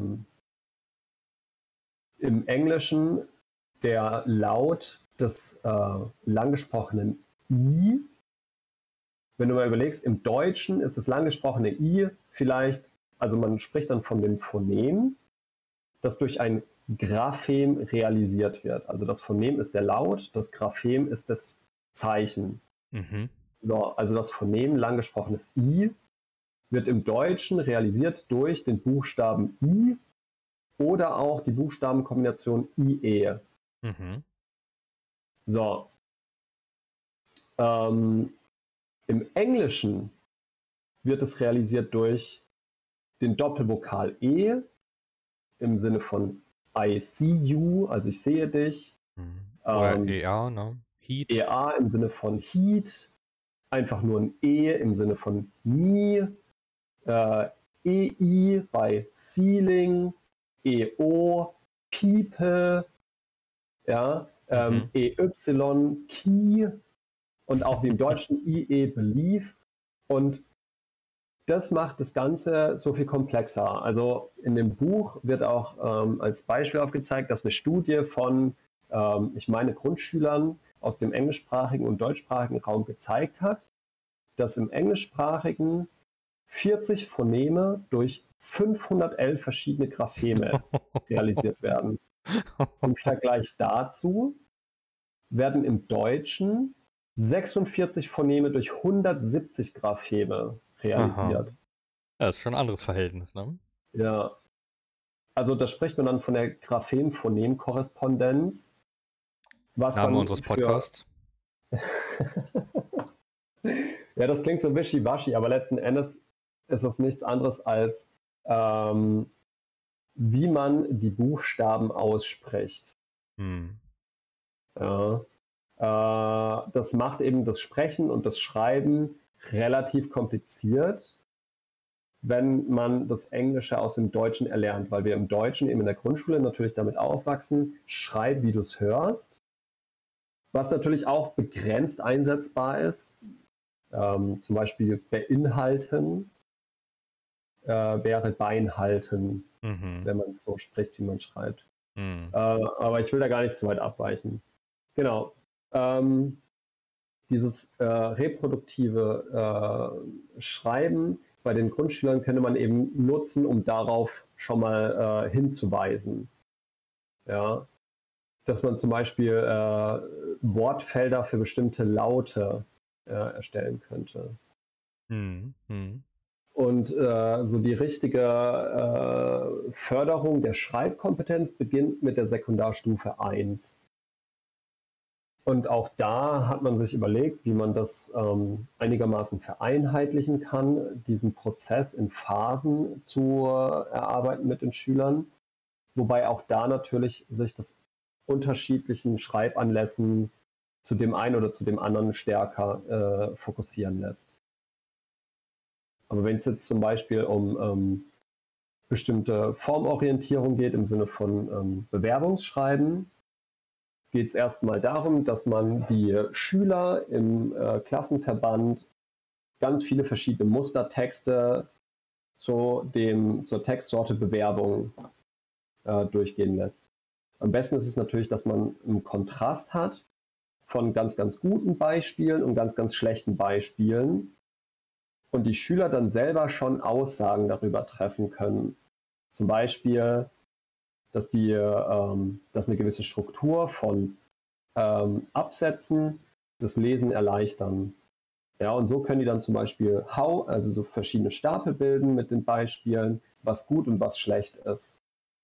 im Englischen der Laut des langgesprochenen I, wenn du mal überlegst, im Deutschen ist das langgesprochene I vielleicht, also man spricht dann von dem Phonem, das durch ein Graphem realisiert wird. Also das Phonem ist der Laut, das Graphem ist das Zeichen. Mhm. So, also das Phonem, lang gesprochenes I, wird im Deutschen realisiert durch den Buchstaben I oder auch die Buchstabenkombination IE. Mhm. So. Im Englischen wird es realisiert durch den Doppelvokal E im Sinne von I see you, also ich sehe dich. Oder ER, ne? Heat. EA im Sinne von Heat, einfach nur ein E im Sinne von Me, EI bei Ceiling, EO, People, ja, EY, Key und auch wie im Deutschen IE, Believe. Und das macht das Ganze so viel komplexer. Also in dem Buch wird auch als Beispiel aufgezeigt, dass eine Studie von, ich meine, Grundschülern aus dem englischsprachigen und deutschsprachigen Raum gezeigt hat, dass im englischsprachigen 40 Phoneme durch 511 verschiedene Grapheme realisiert werden. Im Vergleich dazu werden im Deutschen 46 Phoneme durch 170 Grapheme realisiert. Aha. Ja, ist schon ein anderes Verhältnis, ne? Ja, also da spricht man dann von der Graphem-Phonem-Korrespondenz, was Name dann unseres für... Podcasts. Ja, das klingt so wischiwaschi, aber letzten Endes ist es nichts anderes als, wie man die Buchstaben ausspricht. Ja. Das macht eben das Sprechen und das Schreiben relativ kompliziert, wenn man das Englische aus dem Deutschen erlernt, weil wir im Deutschen eben in der Grundschule natürlich damit aufwachsen, schreib, wie du es hörst, was natürlich auch begrenzt einsetzbar ist, zum Beispiel beinhalten, wäre beinhalten, wenn man es so spricht, wie man schreibt. Aber ich will da gar nicht zu weit abweichen. Genau. Dieses reproduktive Schreiben bei den Grundschülern könnte man eben nutzen, um darauf schon mal hinzuweisen. Ja? Dass man zum Beispiel Wortfelder für bestimmte Laute erstellen könnte. Und so die richtige Förderung der Schreibkompetenz beginnt mit der Sekundarstufe 1. Und auch da hat man sich überlegt, wie man das einigermaßen vereinheitlichen kann, diesen Prozess in Phasen zu erarbeiten mit den Schülern. Wobei auch da natürlich sich das unterschiedlichen Schreibanlässen zu dem einen oder zu dem anderen stärker fokussieren lässt. Aber wenn es jetzt zum Beispiel um bestimmte Formorientierung geht, im Sinne von Bewerbungsschreiben, geht es erstmal darum, dass man die Schüler im Klassenverband ganz viele verschiedene Mustertexte zur Textsorte Bewerbung durchgehen lässt. Am besten ist es natürlich, dass man einen Kontrast hat von ganz, ganz guten Beispielen und ganz, ganz schlechten Beispielen und die Schüler dann selber schon Aussagen darüber treffen können. Zum Beispiel, dass eine gewisse Struktur von Absätzen das Lesen erleichtern. Ja, und so können die dann zum Beispiel also so verschiedene Stapel bilden mit den Beispielen, was gut und was schlecht ist.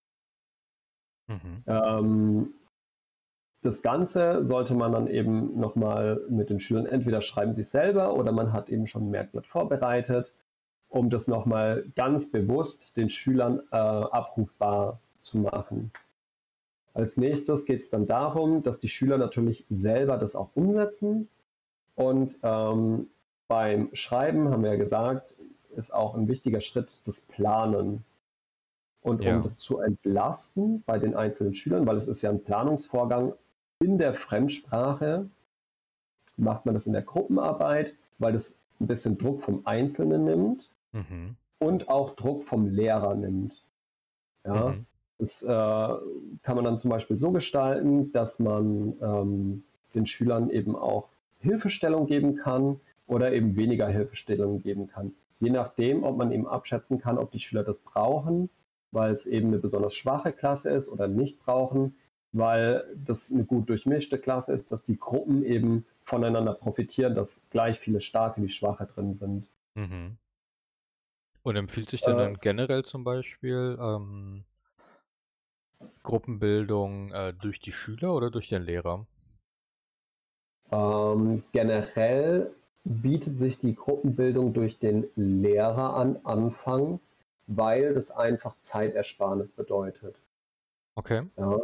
Das Ganze sollte man dann eben nochmal mit den Schülern, entweder schreiben sie es selber oder man hat eben schon ein Merkblatt vorbereitet, um das nochmal ganz bewusst den Schülern abrufbar zu machen. Als nächstes geht es dann darum, dass die Schüler natürlich selber das auch umsetzen. Und beim Schreiben, haben wir ja gesagt, ist auch ein wichtiger Schritt das Planen. Und um das zu entlasten bei den einzelnen Schülern, weil es ist ja ein Planungsvorgang in der Fremdsprache, macht man das in der Gruppenarbeit, weil das ein bisschen Druck vom Einzelnen nimmt und auch Druck vom Lehrer nimmt. Ja? Das kann man dann zum Beispiel so gestalten, dass man den Schülern eben auch Hilfestellung geben kann oder eben weniger Hilfestellung geben kann. Je nachdem, ob man eben abschätzen kann, ob die Schüler das brauchen, weil es eben eine besonders schwache Klasse ist oder nicht brauchen, weil das eine gut durchmischte Klasse ist, dass die Gruppen eben voneinander profitieren, dass gleich viele starke wie schwache drin sind. Und empfiehlt sich denn Äh, dann generell zum Beispiel Gruppenbildung durch die Schüler oder durch den Lehrer? Generell bietet sich die Gruppenbildung durch den Lehrer an, anfangs, weil das einfach Zeitersparnis bedeutet. Okay. Ja.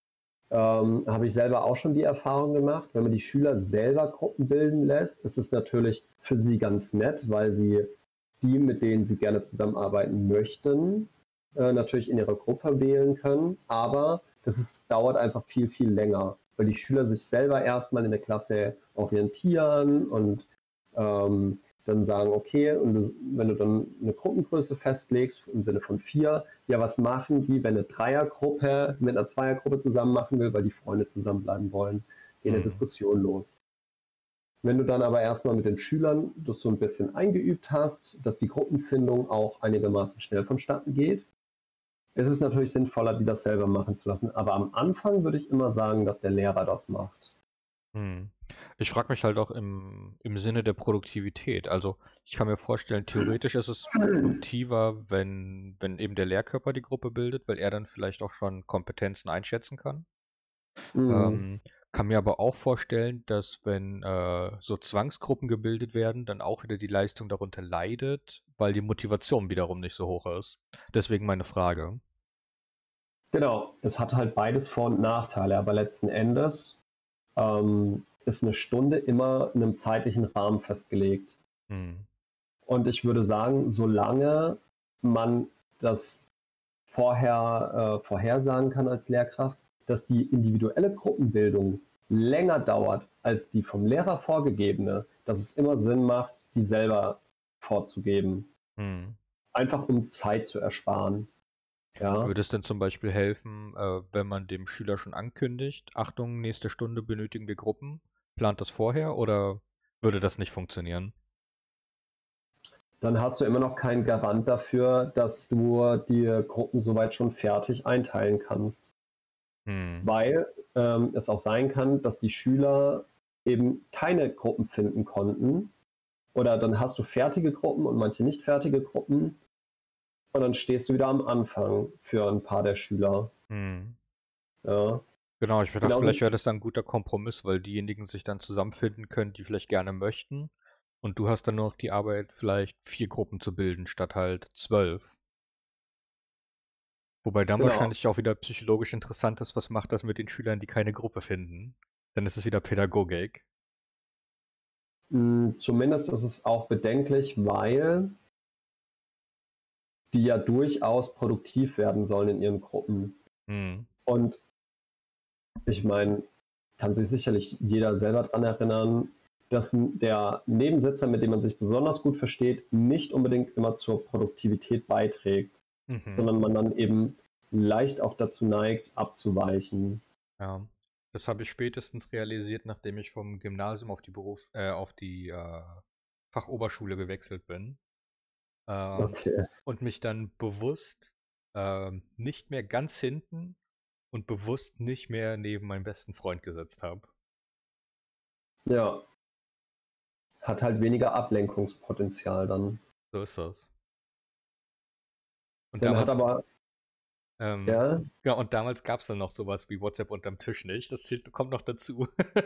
Habe ich selber auch schon die Erfahrung gemacht. Wenn man die Schüler selber Gruppen bilden lässt, ist es natürlich für sie ganz nett, weil sie die, mit denen sie gerne zusammenarbeiten möchten, natürlich in ihrer Gruppe wählen können. Aber dauert einfach viel, viel länger, weil die Schüler sich selber erstmal in der Klasse orientieren und dann sagen, okay, und wenn du dann eine Gruppengröße festlegst, im Sinne von 4, ja, was machen die, wenn eine Dreiergruppe mit einer Zweiergruppe zusammen machen will, weil die Freunde zusammenbleiben wollen? Geht eine Hm. Diskussion los. Wenn du dann aber erstmal mit den Schülern das so ein bisschen eingeübt hast, dass die Gruppenfindung auch einigermaßen schnell vonstatten geht, ist es natürlich sinnvoller, die das selber machen zu lassen. Aber am Anfang würde ich immer sagen, dass der Lehrer das macht. Hm. Ich frage mich halt auch im Sinne der Produktivität. Also ich kann mir vorstellen, theoretisch ist es produktiver, wenn eben der Lehrkörper die Gruppe bildet, weil er dann vielleicht auch schon Kompetenzen einschätzen kann. Mhm. Ähm, kann mir aber auch vorstellen, dass wenn so Zwangsgruppen gebildet werden, dann auch wieder die Leistung darunter leidet, weil die Motivation wiederum nicht so hoch ist. Deswegen meine Frage. Genau, es hat halt beides Vor- und Nachteile, aber letzten Endes ist eine Stunde immer in einem zeitlichen Rahmen festgelegt. Hm. Und ich würde sagen, solange man das vorhersagen kann als Lehrkraft, dass die individuelle Gruppenbildung länger dauert als die vom Lehrer vorgegebene, dass es immer Sinn macht, die selber vorzugeben. Hm. Einfach um Zeit zu ersparen. Ja, Würde es denn zum Beispiel helfen, wenn man dem Schüler schon ankündigt, Achtung, nächste Stunde benötigen wir Gruppen? Plant das vorher oder würde das nicht funktionieren? dann hast du immer noch keinen Garant dafür, dass du die Gruppen soweit schon fertig einteilen kannst. Hm. Weil es auch sein kann, dass die Schüler eben keine Gruppen finden konnten. Oder dann hast du fertige Gruppen und manche nicht fertige Gruppen. Und dann stehst du wieder am Anfang für ein paar der Schüler. Hm. Ja. Genau, ich dachte, Genauso, vielleicht wäre das dann ein guter Kompromiss, weil diejenigen sich dann zusammenfinden können, die vielleicht gerne möchten. Und du hast dann nur noch die Arbeit, vielleicht 4 Gruppen zu bilden, statt halt 12. Wobei dann genau. wahrscheinlich auch wieder psychologisch interessant ist, was macht das mit den Schülern, die keine Gruppe finden? Dann ist es wieder Pädagogik. Zumindest ist es auch bedenklich, weil die ja durchaus produktiv werden sollen in ihren Gruppen. Hm. Und ich meine, kann sich sicherlich jeder selber daran erinnern, dass der Nebensitzer, mit dem man sich besonders gut versteht, nicht unbedingt immer zur Produktivität beiträgt, Mhm. sondern man dann eben leicht auch dazu neigt, abzuweichen. Ja. Das habe ich spätestens realisiert, nachdem ich vom Gymnasium auf die Fachoberschule gewechselt bin. Okay. Und mich dann bewusst nicht mehr ganz hinten und bewusst nicht mehr neben meinem besten Freund gesetzt habe. Ja, hat halt weniger Ablenkungspotenzial dann. So ist das. Und Dann hat damals, aber, ähm, ja, ja, und damals gab es dann noch sowas wie WhatsApp unterm Tisch nicht. Kommt noch dazu.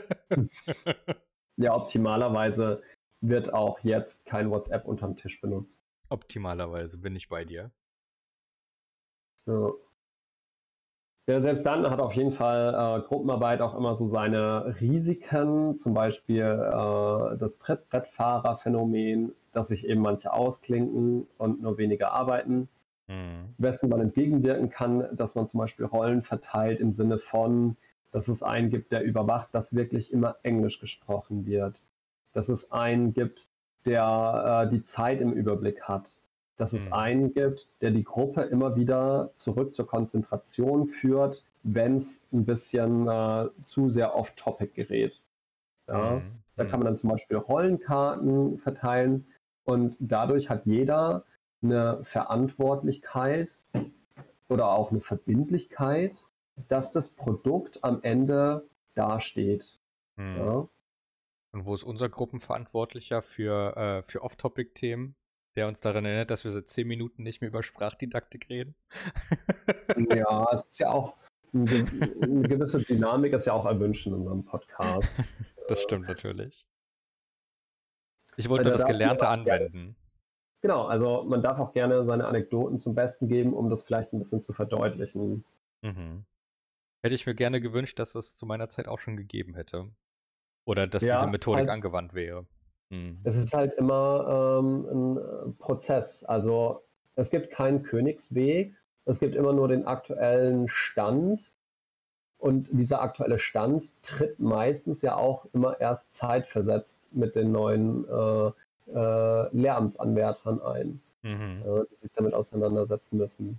ja, optimalerweise wird auch jetzt kein WhatsApp unterm Tisch benutzt. Optimalerweise bin ich bei dir. Ja. Ja, selbst dann hat auf jeden Fall Gruppenarbeit auch immer so seine Risiken, zum Beispiel das Trittbrettfahrerphänomen, dass sich eben manche ausklinken und nur wenige arbeiten. Mhm. Wessen man entgegenwirken kann, dass man zum Beispiel Rollen verteilt im Sinne von, dass es einen gibt, der überwacht, dass wirklich immer Englisch gesprochen wird. Dass es einen gibt, der die Zeit im Überblick hat. Dass es Mhm. einen gibt, der die Gruppe immer wieder zurück zur Konzentration führt, wenn es ein bisschen zu sehr off-topic gerät. Ja? Mhm. Da kann Mhm. man dann zum Beispiel Rollenkarten verteilen und dadurch hat jeder eine Verantwortlichkeit oder auch eine Verbindlichkeit, dass das Produkt am Ende dasteht. Mhm. Ja? Und wo ist unser Gruppenverantwortlicher für Off-Topic-Themen? der uns daran erinnert, dass wir seit 10 Minuten nicht mehr über Sprachdidaktik reden. Ja, es ist ja auch eine gewisse Dynamik ist ja auch erwünscht in unserem Podcast. Das stimmt natürlich. Ich wollte Also nur da das darf man Gelernte auch gerne, anwenden. genau, also man darf auch gerne seine Anekdoten zum Besten geben, um das vielleicht ein bisschen zu verdeutlichen. Mhm. Hätte ich mir gerne gewünscht, dass es zu meiner Zeit auch schon gegeben hätte. Oder dass Ja, diese Methodik angewandt wäre. Mhm. es ist halt immer ein Prozess. Also es gibt keinen Königsweg, es gibt immer nur den aktuellen Stand. Und dieser aktuelle Stand tritt meistens ja auch immer erst zeitversetzt mit den neuen Lehramtsanwärtern ein, Mhm. die sich damit auseinandersetzen müssen.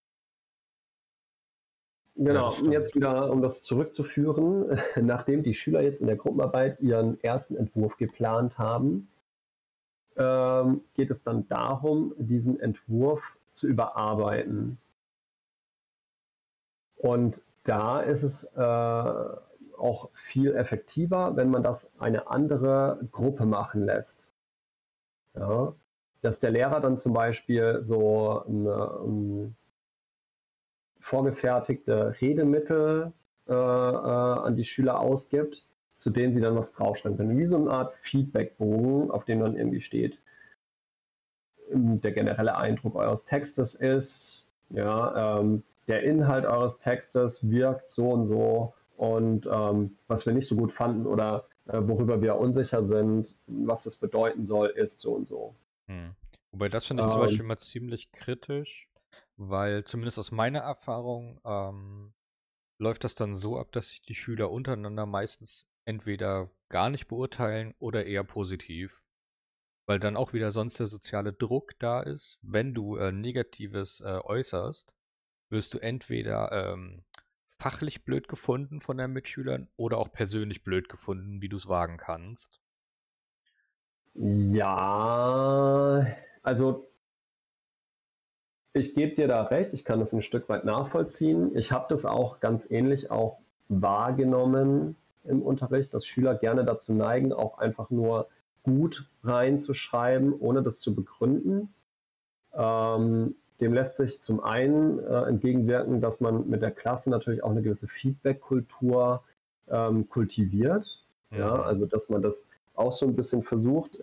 Ja, das Genau, und jetzt stimmt. wieder, um das zurückzuführen, nachdem die Schüler jetzt in der Gruppenarbeit ihren ersten Entwurf geplant haben, geht es dann darum, diesen Entwurf zu überarbeiten. Und da ist es auch viel effektiver, wenn man das eine andere Gruppe machen lässt. Ja? Dass der Lehrer dann zum Beispiel so ein vorgefertigte Redemittel an die Schüler ausgibt, zu denen sie dann was draufschreiben können. Wie so eine Art Feedbackbogen, auf dem dann irgendwie steht, der generelle Eindruck eures Textes ist, ja, der Inhalt eures Textes wirkt so und so und was wir nicht so gut fanden oder worüber wir unsicher sind, was das bedeuten soll, ist so und so. Mhm. Wobei das finde ich zum Ähm, Beispiel mal ziemlich kritisch, weil zumindest aus meiner Erfahrung läuft das dann so ab, dass sich die Schüler untereinander meistens entweder gar nicht beurteilen oder eher positiv. Weil dann auch wieder sonst der soziale Druck da ist. Wenn du Negatives äußerst, wirst du entweder fachlich blöd gefunden von deinen Mitschülern oder auch persönlich blöd gefunden, wie du es wagen kannst. ja, also ich gebe dir da recht, ich kann das ein Stück weit nachvollziehen. Ich habe das auch ganz ähnlich auch wahrgenommen im Unterricht, dass Schüler gerne dazu neigen, auch einfach nur gut reinzuschreiben, ohne das zu begründen. Dem lässt sich zum einen entgegenwirken, dass man mit der Klasse natürlich auch eine gewisse Feedback-Kultur kultiviert. Ja, Mhm. also dass man das auch so ein bisschen versucht,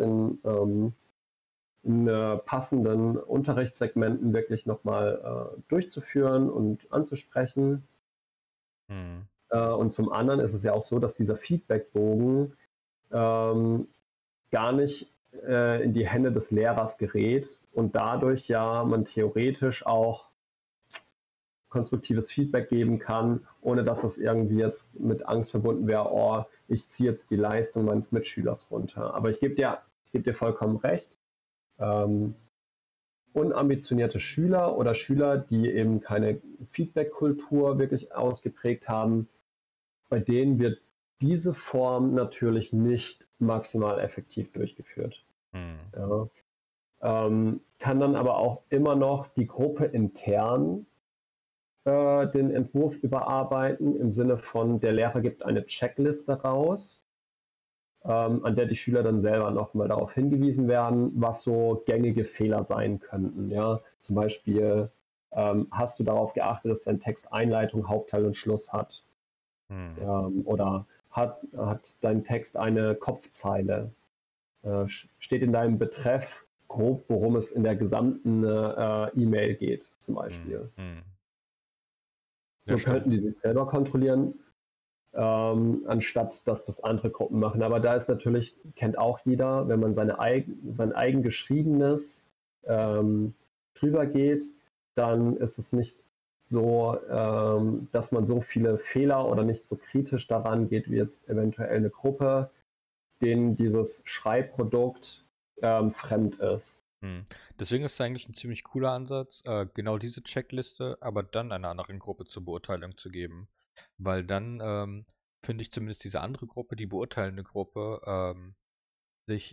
in passenden Unterrichtssegmenten wirklich nochmal durchzuführen und anzusprechen. Mhm. Und zum anderen ist es ja auch so, dass dieser Feedbackbogen ähm, gar nicht in die Hände des Lehrers gerät und dadurch ja man theoretisch auch konstruktives Feedback geben kann, ohne dass es irgendwie jetzt mit Angst verbunden wäre, oh, ich ziehe jetzt die Leistung meines Mitschülers runter. Aber ich geb dir vollkommen recht. Ähm, unambitionierte Schüler oder Schüler, die eben keine Feedback-Kultur wirklich ausgeprägt haben, bei denen wird diese Form natürlich nicht maximal effektiv durchgeführt. Mhm. Ja. Kann dann aber auch immer noch die Gruppe intern den Entwurf überarbeiten, im Sinne von, der Lehrer gibt eine Checkliste raus, an der die Schüler dann selber nochmal darauf hingewiesen werden, was so gängige Fehler sein könnten. Ja? Zum Beispiel, hast du darauf geachtet, dass dein Text Einleitung, Hauptteil und Schluss hat? Mhm. Oder hat dein Text eine Kopfzeile? Steht in deinem Betreff grob, worum es in der gesamten E-Mail geht, zum Mhm. Beispiel? Mhm. Ja, So könnten stimmt. die sich selber kontrollieren, anstatt dass das andere Gruppen machen. Aber da ist natürlich, kennt auch jeder, wenn man sein eigen geschriebenes drüber geht, dann ist es nicht so, dass man so viele Fehler oder nicht so kritisch daran geht, wie jetzt eventuell eine Gruppe, denen dieses Schreibprodukt fremd ist. Mhm. Deswegen ist es eigentlich ein ziemlich cooler Ansatz, genau diese Checkliste, aber dann einer anderen Gruppe zur Beurteilung zu geben. Weil dann finde ich zumindest diese andere Gruppe, die beurteilende Gruppe, sich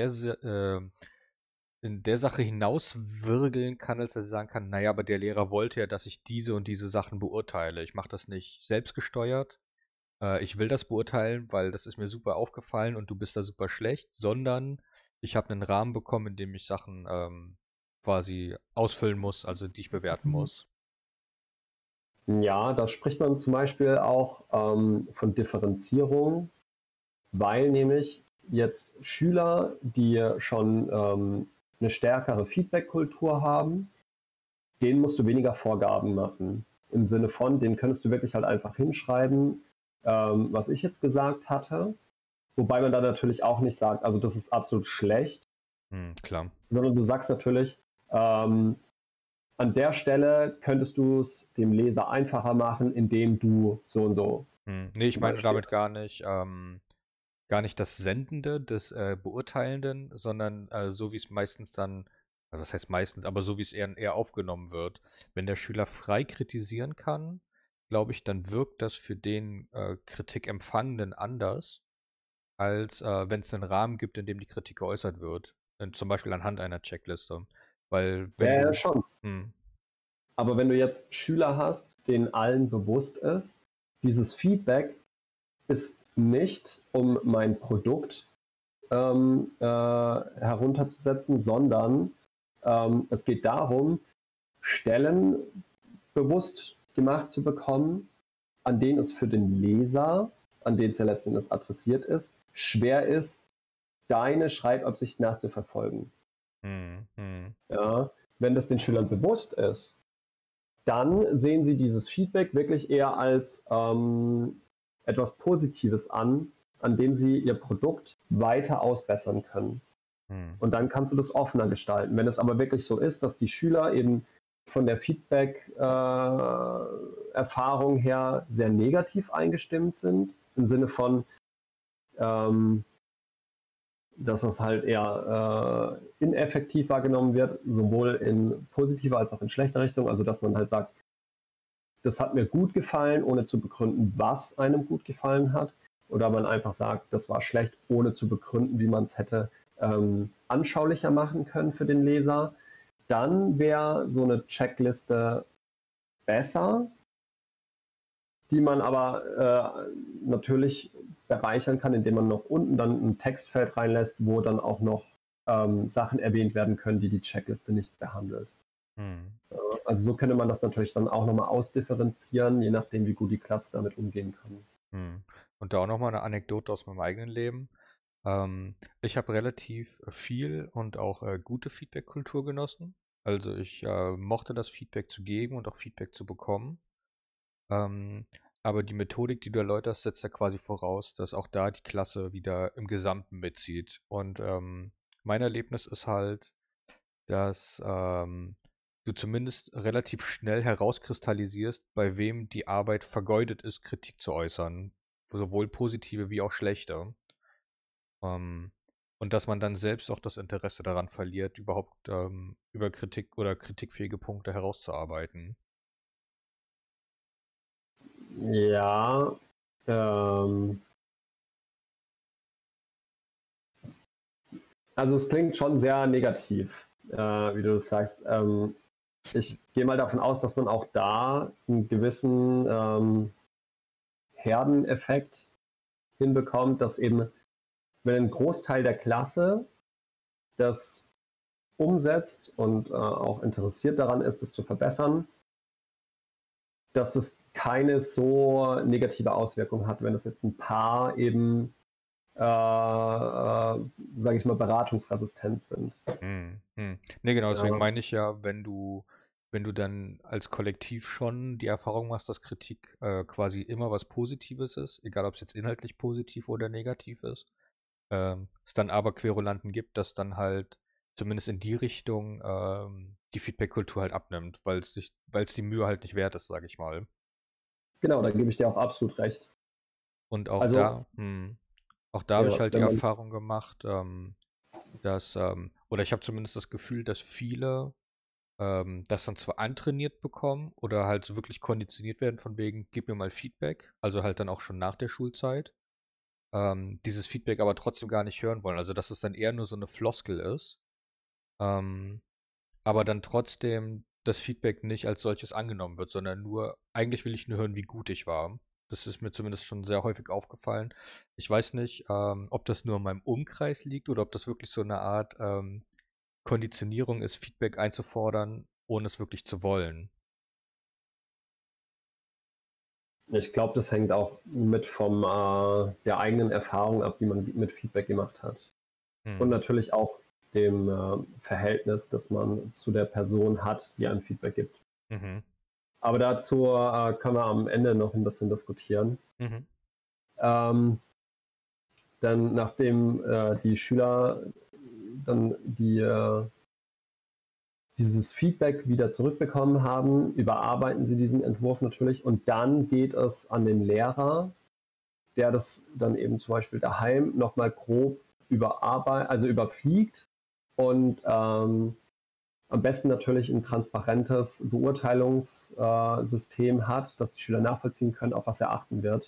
in der Sache hinauswirgeln kann, als er sagen kann, naja, aber der Lehrer wollte ja, dass ich diese und diese Sachen beurteile. Ich mache das nicht selbstgesteuert. Ich will das beurteilen, weil das ist mir super aufgefallen und du bist da super schlecht, sondern ich habe einen Rahmen bekommen, in dem ich Sachen quasi ausfüllen muss, also die ich bewerten muss. Ja, da spricht man zum Beispiel auch von Differenzierung, weil nämlich jetzt Schüler, die schon eine stärkere Feedback-Kultur haben, denen musst du weniger Vorgaben machen. Im Sinne von, denen könntest du wirklich halt einfach hinschreiben, was ich jetzt gesagt hatte. Wobei man da natürlich auch nicht sagt, also das ist absolut schlecht, Klar. sondern du sagst natürlich, an der Stelle könntest du es dem Leser einfacher machen, indem du so und so Nee, ich zum meine Beispiel. damit gar nicht das Sendende des Beurteilenden, sondern so wie es meistens dann, also das heißt meistens, aber so wie es eher aufgenommen wird. Wenn der Schüler frei kritisieren kann, glaube ich, dann wirkt das für den Kritikempfangenden anders, als wenn es einen Rahmen gibt, in dem die Kritik geäußert wird. Zum Beispiel anhand einer Checkliste. Weil wenn Ja, du, schon. hm, Aber wenn du jetzt Schüler hast, denen allen bewusst ist, dieses Feedback ist nicht, um mein Produkt herunterzusetzen, sondern es geht darum, Stellen bewusst gemacht zu bekommen, an denen es für den Leser, an den es ja letzten Endes adressiert ist, schwer ist, deine Schreibabsicht nachzuverfolgen. hm, hm, Ja? Wenn das den Schülern bewusst ist, dann sehen sie dieses Feedback wirklich eher als etwas Positives an dem sie ihr Produkt weiter ausbessern können. hm, Und dann kannst du das offener gestalten. Wenn es aber wirklich so ist, dass die Schüler eben von der Feedback-Erfahrung her sehr negativ eingestimmt sind, im Sinne von, ähm, dass das halt eher ineffektiv wahrgenommen wird, sowohl in positiver als auch in schlechter Richtung. Also dass man halt sagt, das hat mir gut gefallen, ohne zu begründen, was einem gut gefallen hat. Oder man einfach sagt, das war schlecht, ohne zu begründen, wie man es hätte anschaulicher machen können für den Leser. Dann wäre so eine Checkliste besser, die man aber natürlich bereichern kann, indem man noch unten dann ein Textfeld reinlässt, wo dann auch noch Sachen erwähnt werden können, die die Checkliste nicht behandelt. hm. Also so könnte man das natürlich dann auch nochmal ausdifferenzieren, je nachdem, wie gut die Klasse damit umgehen kann. Und da auch nochmal eine Anekdote aus meinem eigenen Leben. Ich habe relativ viel und auch gute Feedback-Kultur genossen. Also ich mochte das Feedback zu geben und auch Feedback zu bekommen. Ähm, aber die Methodik, die du erläuterst, setzt ja quasi voraus, dass auch da die Klasse wieder im Gesamten mitzieht. Und mein Erlebnis ist halt, dass du zumindest relativ schnell herauskristallisierst, bei wem die Arbeit vergeudet ist, Kritik zu äußern. Sowohl positive wie auch schlechte. Ähm, und dass man dann selbst auch das Interesse daran verliert, überhaupt über Kritik oder kritikfähige Punkte herauszuarbeiten. Ja, ähm, also es klingt schon sehr negativ, wie du das sagst. Ich gehe mal davon aus, dass man auch da einen gewissen Herdeneffekt hinbekommt, dass eben, wenn ein Großteil der Klasse das umsetzt und auch interessiert daran ist, es zu verbessern, dass das keine so negative Auswirkung hat, wenn das jetzt ein paar eben, sage ich mal, beratungsresistent sind. Nee, genau, deswegen Ja, meine ich ja, wenn du dann als Kollektiv schon die Erfahrung machst, dass Kritik quasi immer was Positives ist, egal ob es jetzt inhaltlich positiv oder negativ ist, es dann aber Querulanten gibt, dass dann halt zumindest in die Richtung die Feedback-Kultur halt abnimmt, weil es die Mühe halt nicht wert ist, sage ich mal. genau, da gebe ich dir auch absolut recht. Und Also, auch da habe ich ja, halt die wenn man, Erfahrung gemacht, oder ich habe zumindest das Gefühl, dass viele das dann zwar antrainiert bekommen oder halt so wirklich konditioniert werden von wegen, gib mir mal Feedback, also halt dann auch schon nach der Schulzeit, dieses Feedback aber trotzdem gar nicht hören wollen. Also dass es dann eher nur so eine Floskel ist, ähm, aber dann trotzdem das Feedback nicht als solches angenommen wird, sondern nur, eigentlich will ich nur hören, wie gut ich war. Das ist mir zumindest schon sehr häufig aufgefallen. Ich weiß nicht, ob das nur in meinem Umkreis liegt oder ob das wirklich so eine Art Konditionierung ist, Feedback einzufordern, ohne es wirklich zu wollen. Ich glaube, das hängt auch mit der eigenen Erfahrung ab, die man mit Feedback gemacht hat. Und Mhm. natürlich auch dem Verhältnis, das man zu der Person hat, die einem Feedback gibt. Mhm. Aber dazu können wir am Ende noch ein bisschen diskutieren. Mhm. Ähm, Dann, nachdem die Schüler dann dieses Feedback wieder zurückbekommen haben, überarbeiten sie diesen Entwurf natürlich und dann geht es an den Lehrer, der das dann eben zum Beispiel daheim nochmal grob überfliegt und am besten natürlich ein transparentes Beurteilungssystem hat, dass die Schüler nachvollziehen können, auf was er achten wird.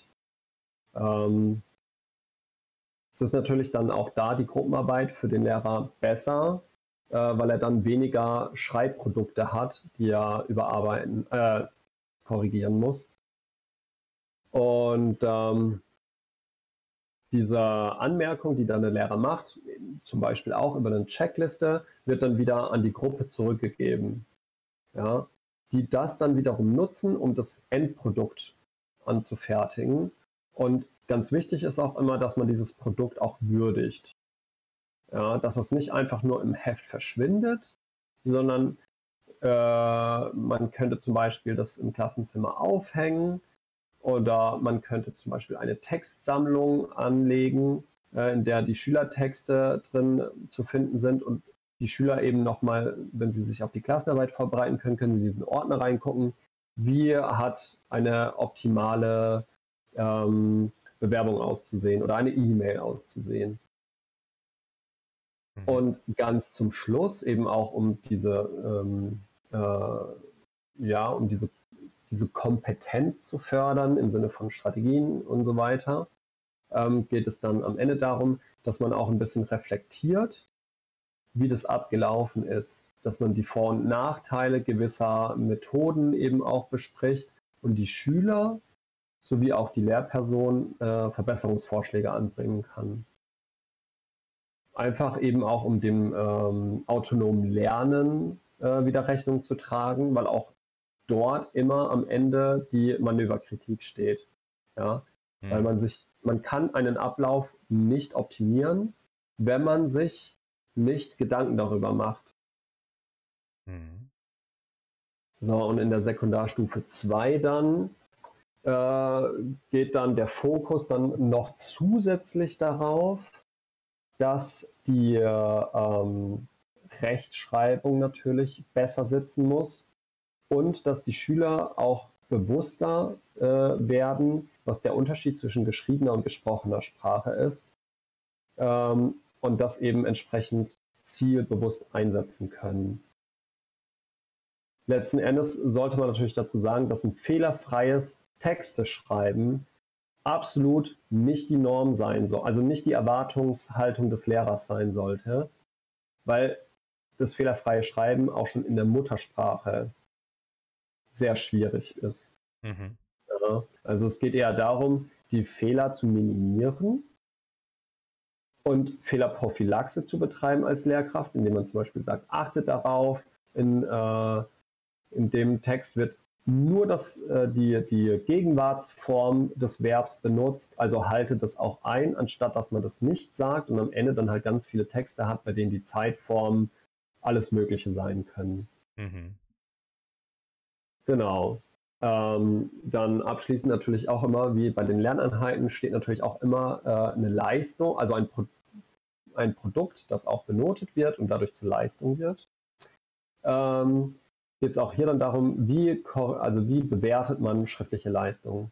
Es ist natürlich dann auch da die Gruppenarbeit für den Lehrer besser, weil er dann weniger Schreibprodukte hat, die er korrigieren muss. Und diese Anmerkung, die dann der Lehrer macht, zum Beispiel auch über eine Checkliste, wird dann wieder an die Gruppe zurückgegeben. Ja, die das dann wiederum nutzen, um das Endprodukt anzufertigen. Und ganz wichtig ist auch immer, dass man dieses Produkt auch würdigt. Ja, dass es nicht einfach nur im Heft verschwindet, sondern man könnte zum Beispiel das im Klassenzimmer aufhängen oder man könnte zum Beispiel eine Textsammlung anlegen, in der die Schülertexte drin zu finden sind und die Schüler eben nochmal, wenn sie sich auf die Klassenarbeit vorbereiten können, können sie in diesen Ordner reingucken. Wie hat eine optimale Bewerbung auszusehen oder eine E-Mail auszusehen? Mhm. Und ganz zum Schluss eben auch um diese Kompetenz zu fördern im Sinne von Strategien und so weiter, geht es dann am Ende darum, dass man auch ein bisschen reflektiert, wie das abgelaufen ist, dass man die Vor- und Nachteile gewisser Methoden eben auch bespricht und die Schüler sowie auch die Lehrperson Verbesserungsvorschläge anbringen kann. Einfach eben auch um dem autonomen Lernen wieder Rechnung zu tragen, weil auch dort immer am Ende die Manöverkritik steht. Ja? Weil Mhm. man kann einen Ablauf nicht optimieren, wenn man sich nicht Gedanken darüber macht. Mhm. So, und in der Sekundarstufe 2 dann geht dann der Fokus dann noch zusätzlich darauf, dass die Rechtschreibung natürlich besser sitzen muss und dass die Schüler auch bewusster werden, was der Unterschied zwischen geschriebener und gesprochener Sprache ist und das eben entsprechend zielbewusst einsetzen können. Letzten Endes sollte man natürlich dazu sagen, dass ein fehlerfreies Texteschreiben absolut nicht die Norm sein soll, also nicht die Erwartungshaltung des Lehrers sein sollte, weil das fehlerfreie Schreiben auch schon in der Muttersprache sehr schwierig ist. Mhm. Ja, also es geht eher darum, die Fehler zu minimieren und Fehlerprophylaxe zu betreiben als Lehrkraft, indem man zum Beispiel sagt, achtet darauf, in dem Text wird nur die Gegenwartsform des Verbs benutzt, also halte das auch ein, anstatt dass man das nicht sagt und am Ende dann halt ganz viele Texte hat, bei denen die Zeitformen alles Mögliche sein können. Mhm. Genau. Dann abschließend natürlich auch immer, wie bei den Lerneinheiten, steht natürlich auch immer eine Leistung, also ein Produkt, das auch benotet wird und dadurch zur Leistung wird. Geht es auch hier dann darum, wie bewertet man schriftliche Leistung.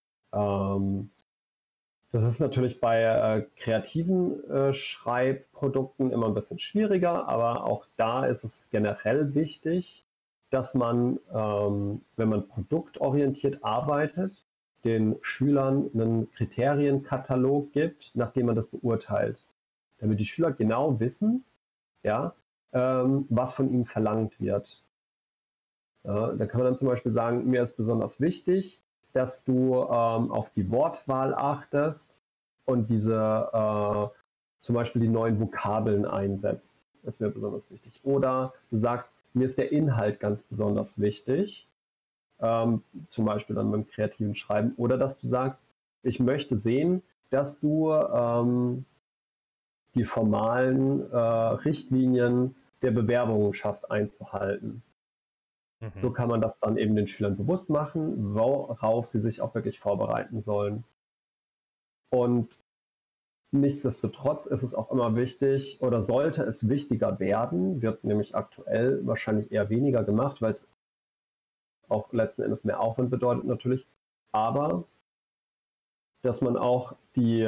Das ist natürlich bei kreativen Schreibprodukten immer ein bisschen schwieriger, aber auch da ist es generell wichtig, dass man, wenn man produktorientiert arbeitet, den Schülern einen Kriterienkatalog gibt, nachdem man das beurteilt, damit die Schüler genau wissen, ja, was von ihnen verlangt wird. Ja, da kann man dann zum Beispiel sagen, mir ist besonders wichtig, dass du auf die Wortwahl achtest und diese zum Beispiel die neuen Vokabeln einsetzt. Das wäre besonders wichtig. Oder du sagst, mir ist der Inhalt ganz besonders wichtig, zum Beispiel dann beim kreativen Schreiben. Oder dass du sagst, ich möchte sehen, dass du die formalen Richtlinien der Bewerbungen schaffst einzuhalten. So kann man das dann eben den Schülern bewusst machen, worauf sie sich auch wirklich vorbereiten sollen. Und nichtsdestotrotz ist es auch immer wichtig oder sollte es wichtiger werden, wird nämlich aktuell wahrscheinlich eher weniger gemacht, weil es auch letzten Endes mehr Aufwand bedeutet natürlich, aber dass man auch die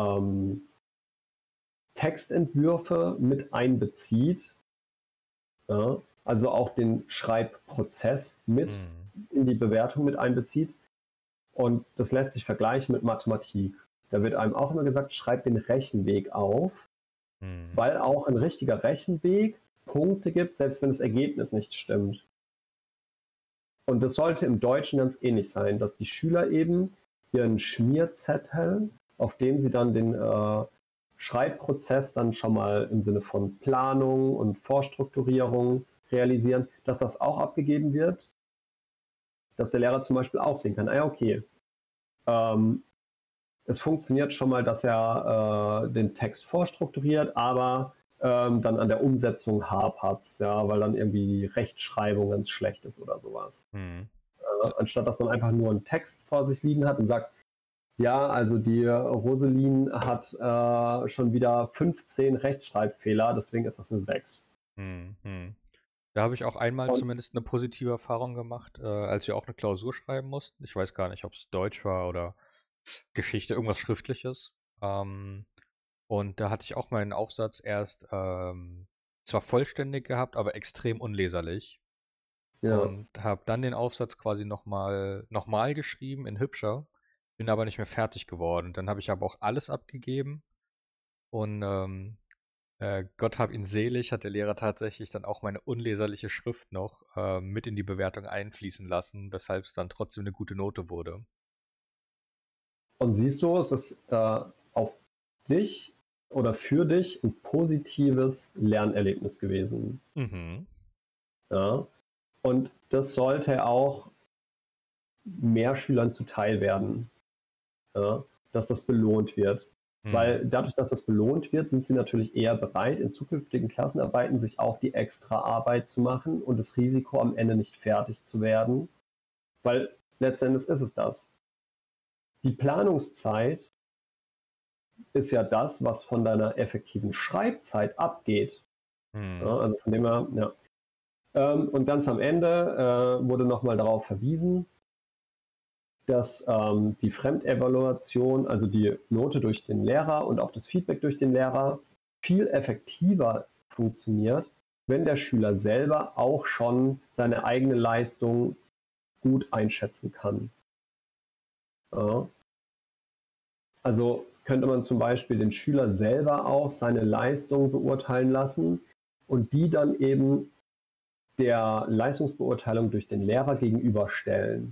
Textentwürfe mit einbezieht, ja, also auch den Schreibprozess mit in die Bewertung mit einbezieht. Und das lässt sich vergleichen mit Mathematik. Da wird einem auch immer gesagt, schreib den Rechenweg auf, weil auch ein richtiger Rechenweg Punkte gibt, selbst wenn das Ergebnis nicht stimmt. Und das sollte im Deutschen ganz ähnlich sein, dass die Schüler eben ihren Schmierzettel, auf dem sie dann den Schreibprozess dann schon mal im Sinne von Planung und Vorstrukturierung realisieren, dass das auch abgegeben wird, dass der Lehrer zum Beispiel auch sehen kann, okay, es funktioniert schon mal, dass er den Text vorstrukturiert, aber dann an der Umsetzung hapert es, ja, weil dann irgendwie die Rechtschreibung ganz schlecht ist oder sowas. Anstatt dass man einfach nur einen Text vor sich liegen hat und sagt, ja, also die Roselin hat schon wieder 15 Rechtschreibfehler, deswegen ist das eine 6. Da habe ich auch einmal zumindest eine positive Erfahrung gemacht, als wir auch eine Klausur schreiben mussten. Ich weiß gar nicht, ob es Deutsch war oder Geschichte, irgendwas Schriftliches. Und da hatte ich auch meinen Aufsatz erst zwar vollständig gehabt, aber extrem unleserlich. Ja. Und habe dann den Aufsatz quasi nochmal geschrieben in hübscher, bin aber nicht mehr fertig geworden. Dann habe ich aber auch alles abgegeben und Gott hab ihn selig, hat der Lehrer tatsächlich dann auch meine unleserliche Schrift noch mit in die Bewertung einfließen lassen, weshalb es dann trotzdem eine gute Note wurde. Und siehst du, es ist auf dich oder für dich ein positives Lernerlebnis gewesen. Ja. Und das sollte auch mehr Schülern zuteil werden, ja, dass das belohnt wird. Weil dadurch, dass das belohnt wird, sind sie natürlich eher bereit, in zukünftigen Klassenarbeiten sich auch die extra Arbeit zu machen und das Risiko am Ende nicht fertig zu werden. Weil letztendlich ist es das. Die Planungszeit ist ja das, was von deiner effektiven Schreibzeit abgeht. Ja, also von dem her, ja. Und ganz am Ende wurde nochmal darauf verwiesen, dass die Fremdevaluation, also die Note durch den Lehrer und auch das Feedback durch den Lehrer, viel effektiver funktioniert, wenn der Schüler selber auch schon seine eigene Leistung gut einschätzen kann. Ja. Also könnte man zum Beispiel den Schüler selber auch seine Leistung beurteilen lassen und die dann eben der Leistungsbeurteilung durch den Lehrer gegenüberstellen.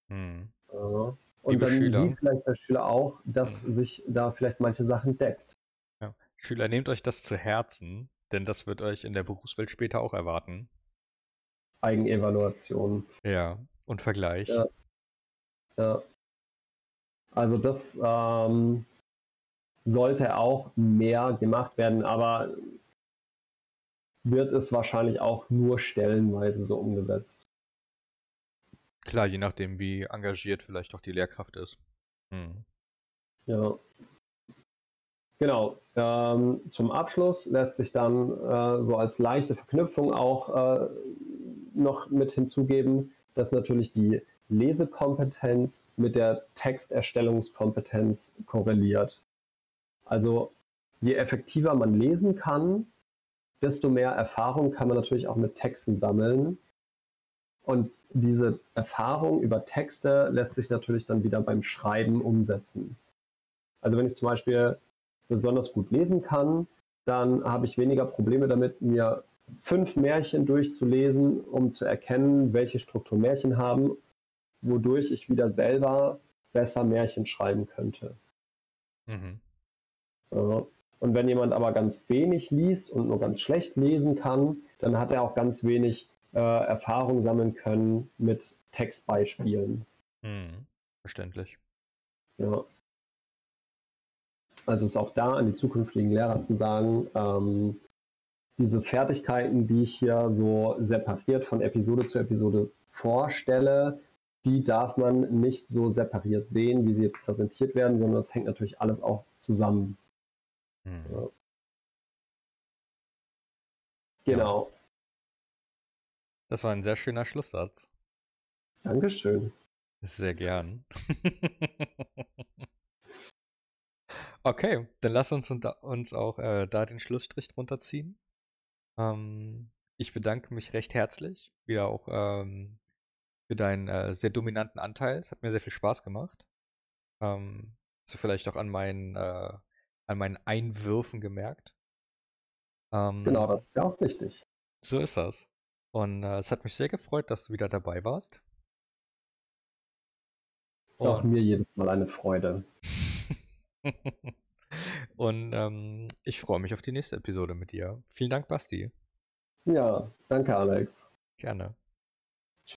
Ja. Und Liebe dann Schüler. sieht vielleicht der Schüler auch, dass sich da vielleicht manche Sachen deckt. Ja. Schüler, nehmt euch das zu Herzen, denn das wird euch in der Berufswelt später auch erwarten. Eigenevaluation. Ja, und Vergleich. Ja. Ja. Also das sollte auch mehr gemacht werden, aber wird es wahrscheinlich auch nur stellenweise so umgesetzt. Klar, je nachdem, wie engagiert vielleicht auch die Lehrkraft ist. Ja. Genau. Zum Abschluss lässt sich dann so als leichte Verknüpfung auch noch mit hinzugeben, dass natürlich die Lesekompetenz mit der Texterstellungskompetenz korreliert. Also je effektiver man lesen kann, desto mehr Erfahrung kann man natürlich auch mit Texten sammeln. Und diese Erfahrung über Texte lässt sich natürlich dann wieder beim Schreiben umsetzen. Also wenn ich zum Beispiel besonders gut lesen kann, dann habe ich weniger Probleme damit, mir 5 Märchen durchzulesen, um zu erkennen, welche Struktur Märchen haben wodurch ich wieder selber besser Märchen schreiben könnte. Mhm. Ja. Und wenn jemand aber ganz wenig liest und nur ganz schlecht lesen kann, dann hat er auch ganz wenig Erfahrung sammeln können mit Textbeispielen. Mhm. Verständlich. Ja. Also ist auch da an die zukünftigen Lehrer zu sagen, diese Fertigkeiten, die ich hier so separiert von Episode zu Episode vorstelle, die darf man nicht so separiert sehen, wie sie jetzt präsentiert werden, sondern das hängt natürlich alles auch zusammen. Mhm. Ja. Ja, Genau. das war ein sehr schöner Schlusssatz. Dankeschön. Sehr gern. Okay, dann lass uns auch da den Schlussstrich drunter ziehen. Ich bedanke mich recht herzlich, wieder auch für deinen sehr dominanten Anteil. Es hat mir sehr viel Spaß gemacht. Hast du vielleicht auch an meinen Einwürfen gemerkt. Genau, Ähm, das ist ja auch wichtig. so ist das. Und es hat mich sehr gefreut, dass du wieder dabei warst. Ist auch Und mir jedes Mal eine Freude. und ich freue mich auf die nächste Episode mit dir. Vielen Dank, Basti. Ja, danke, Alex. Gerne.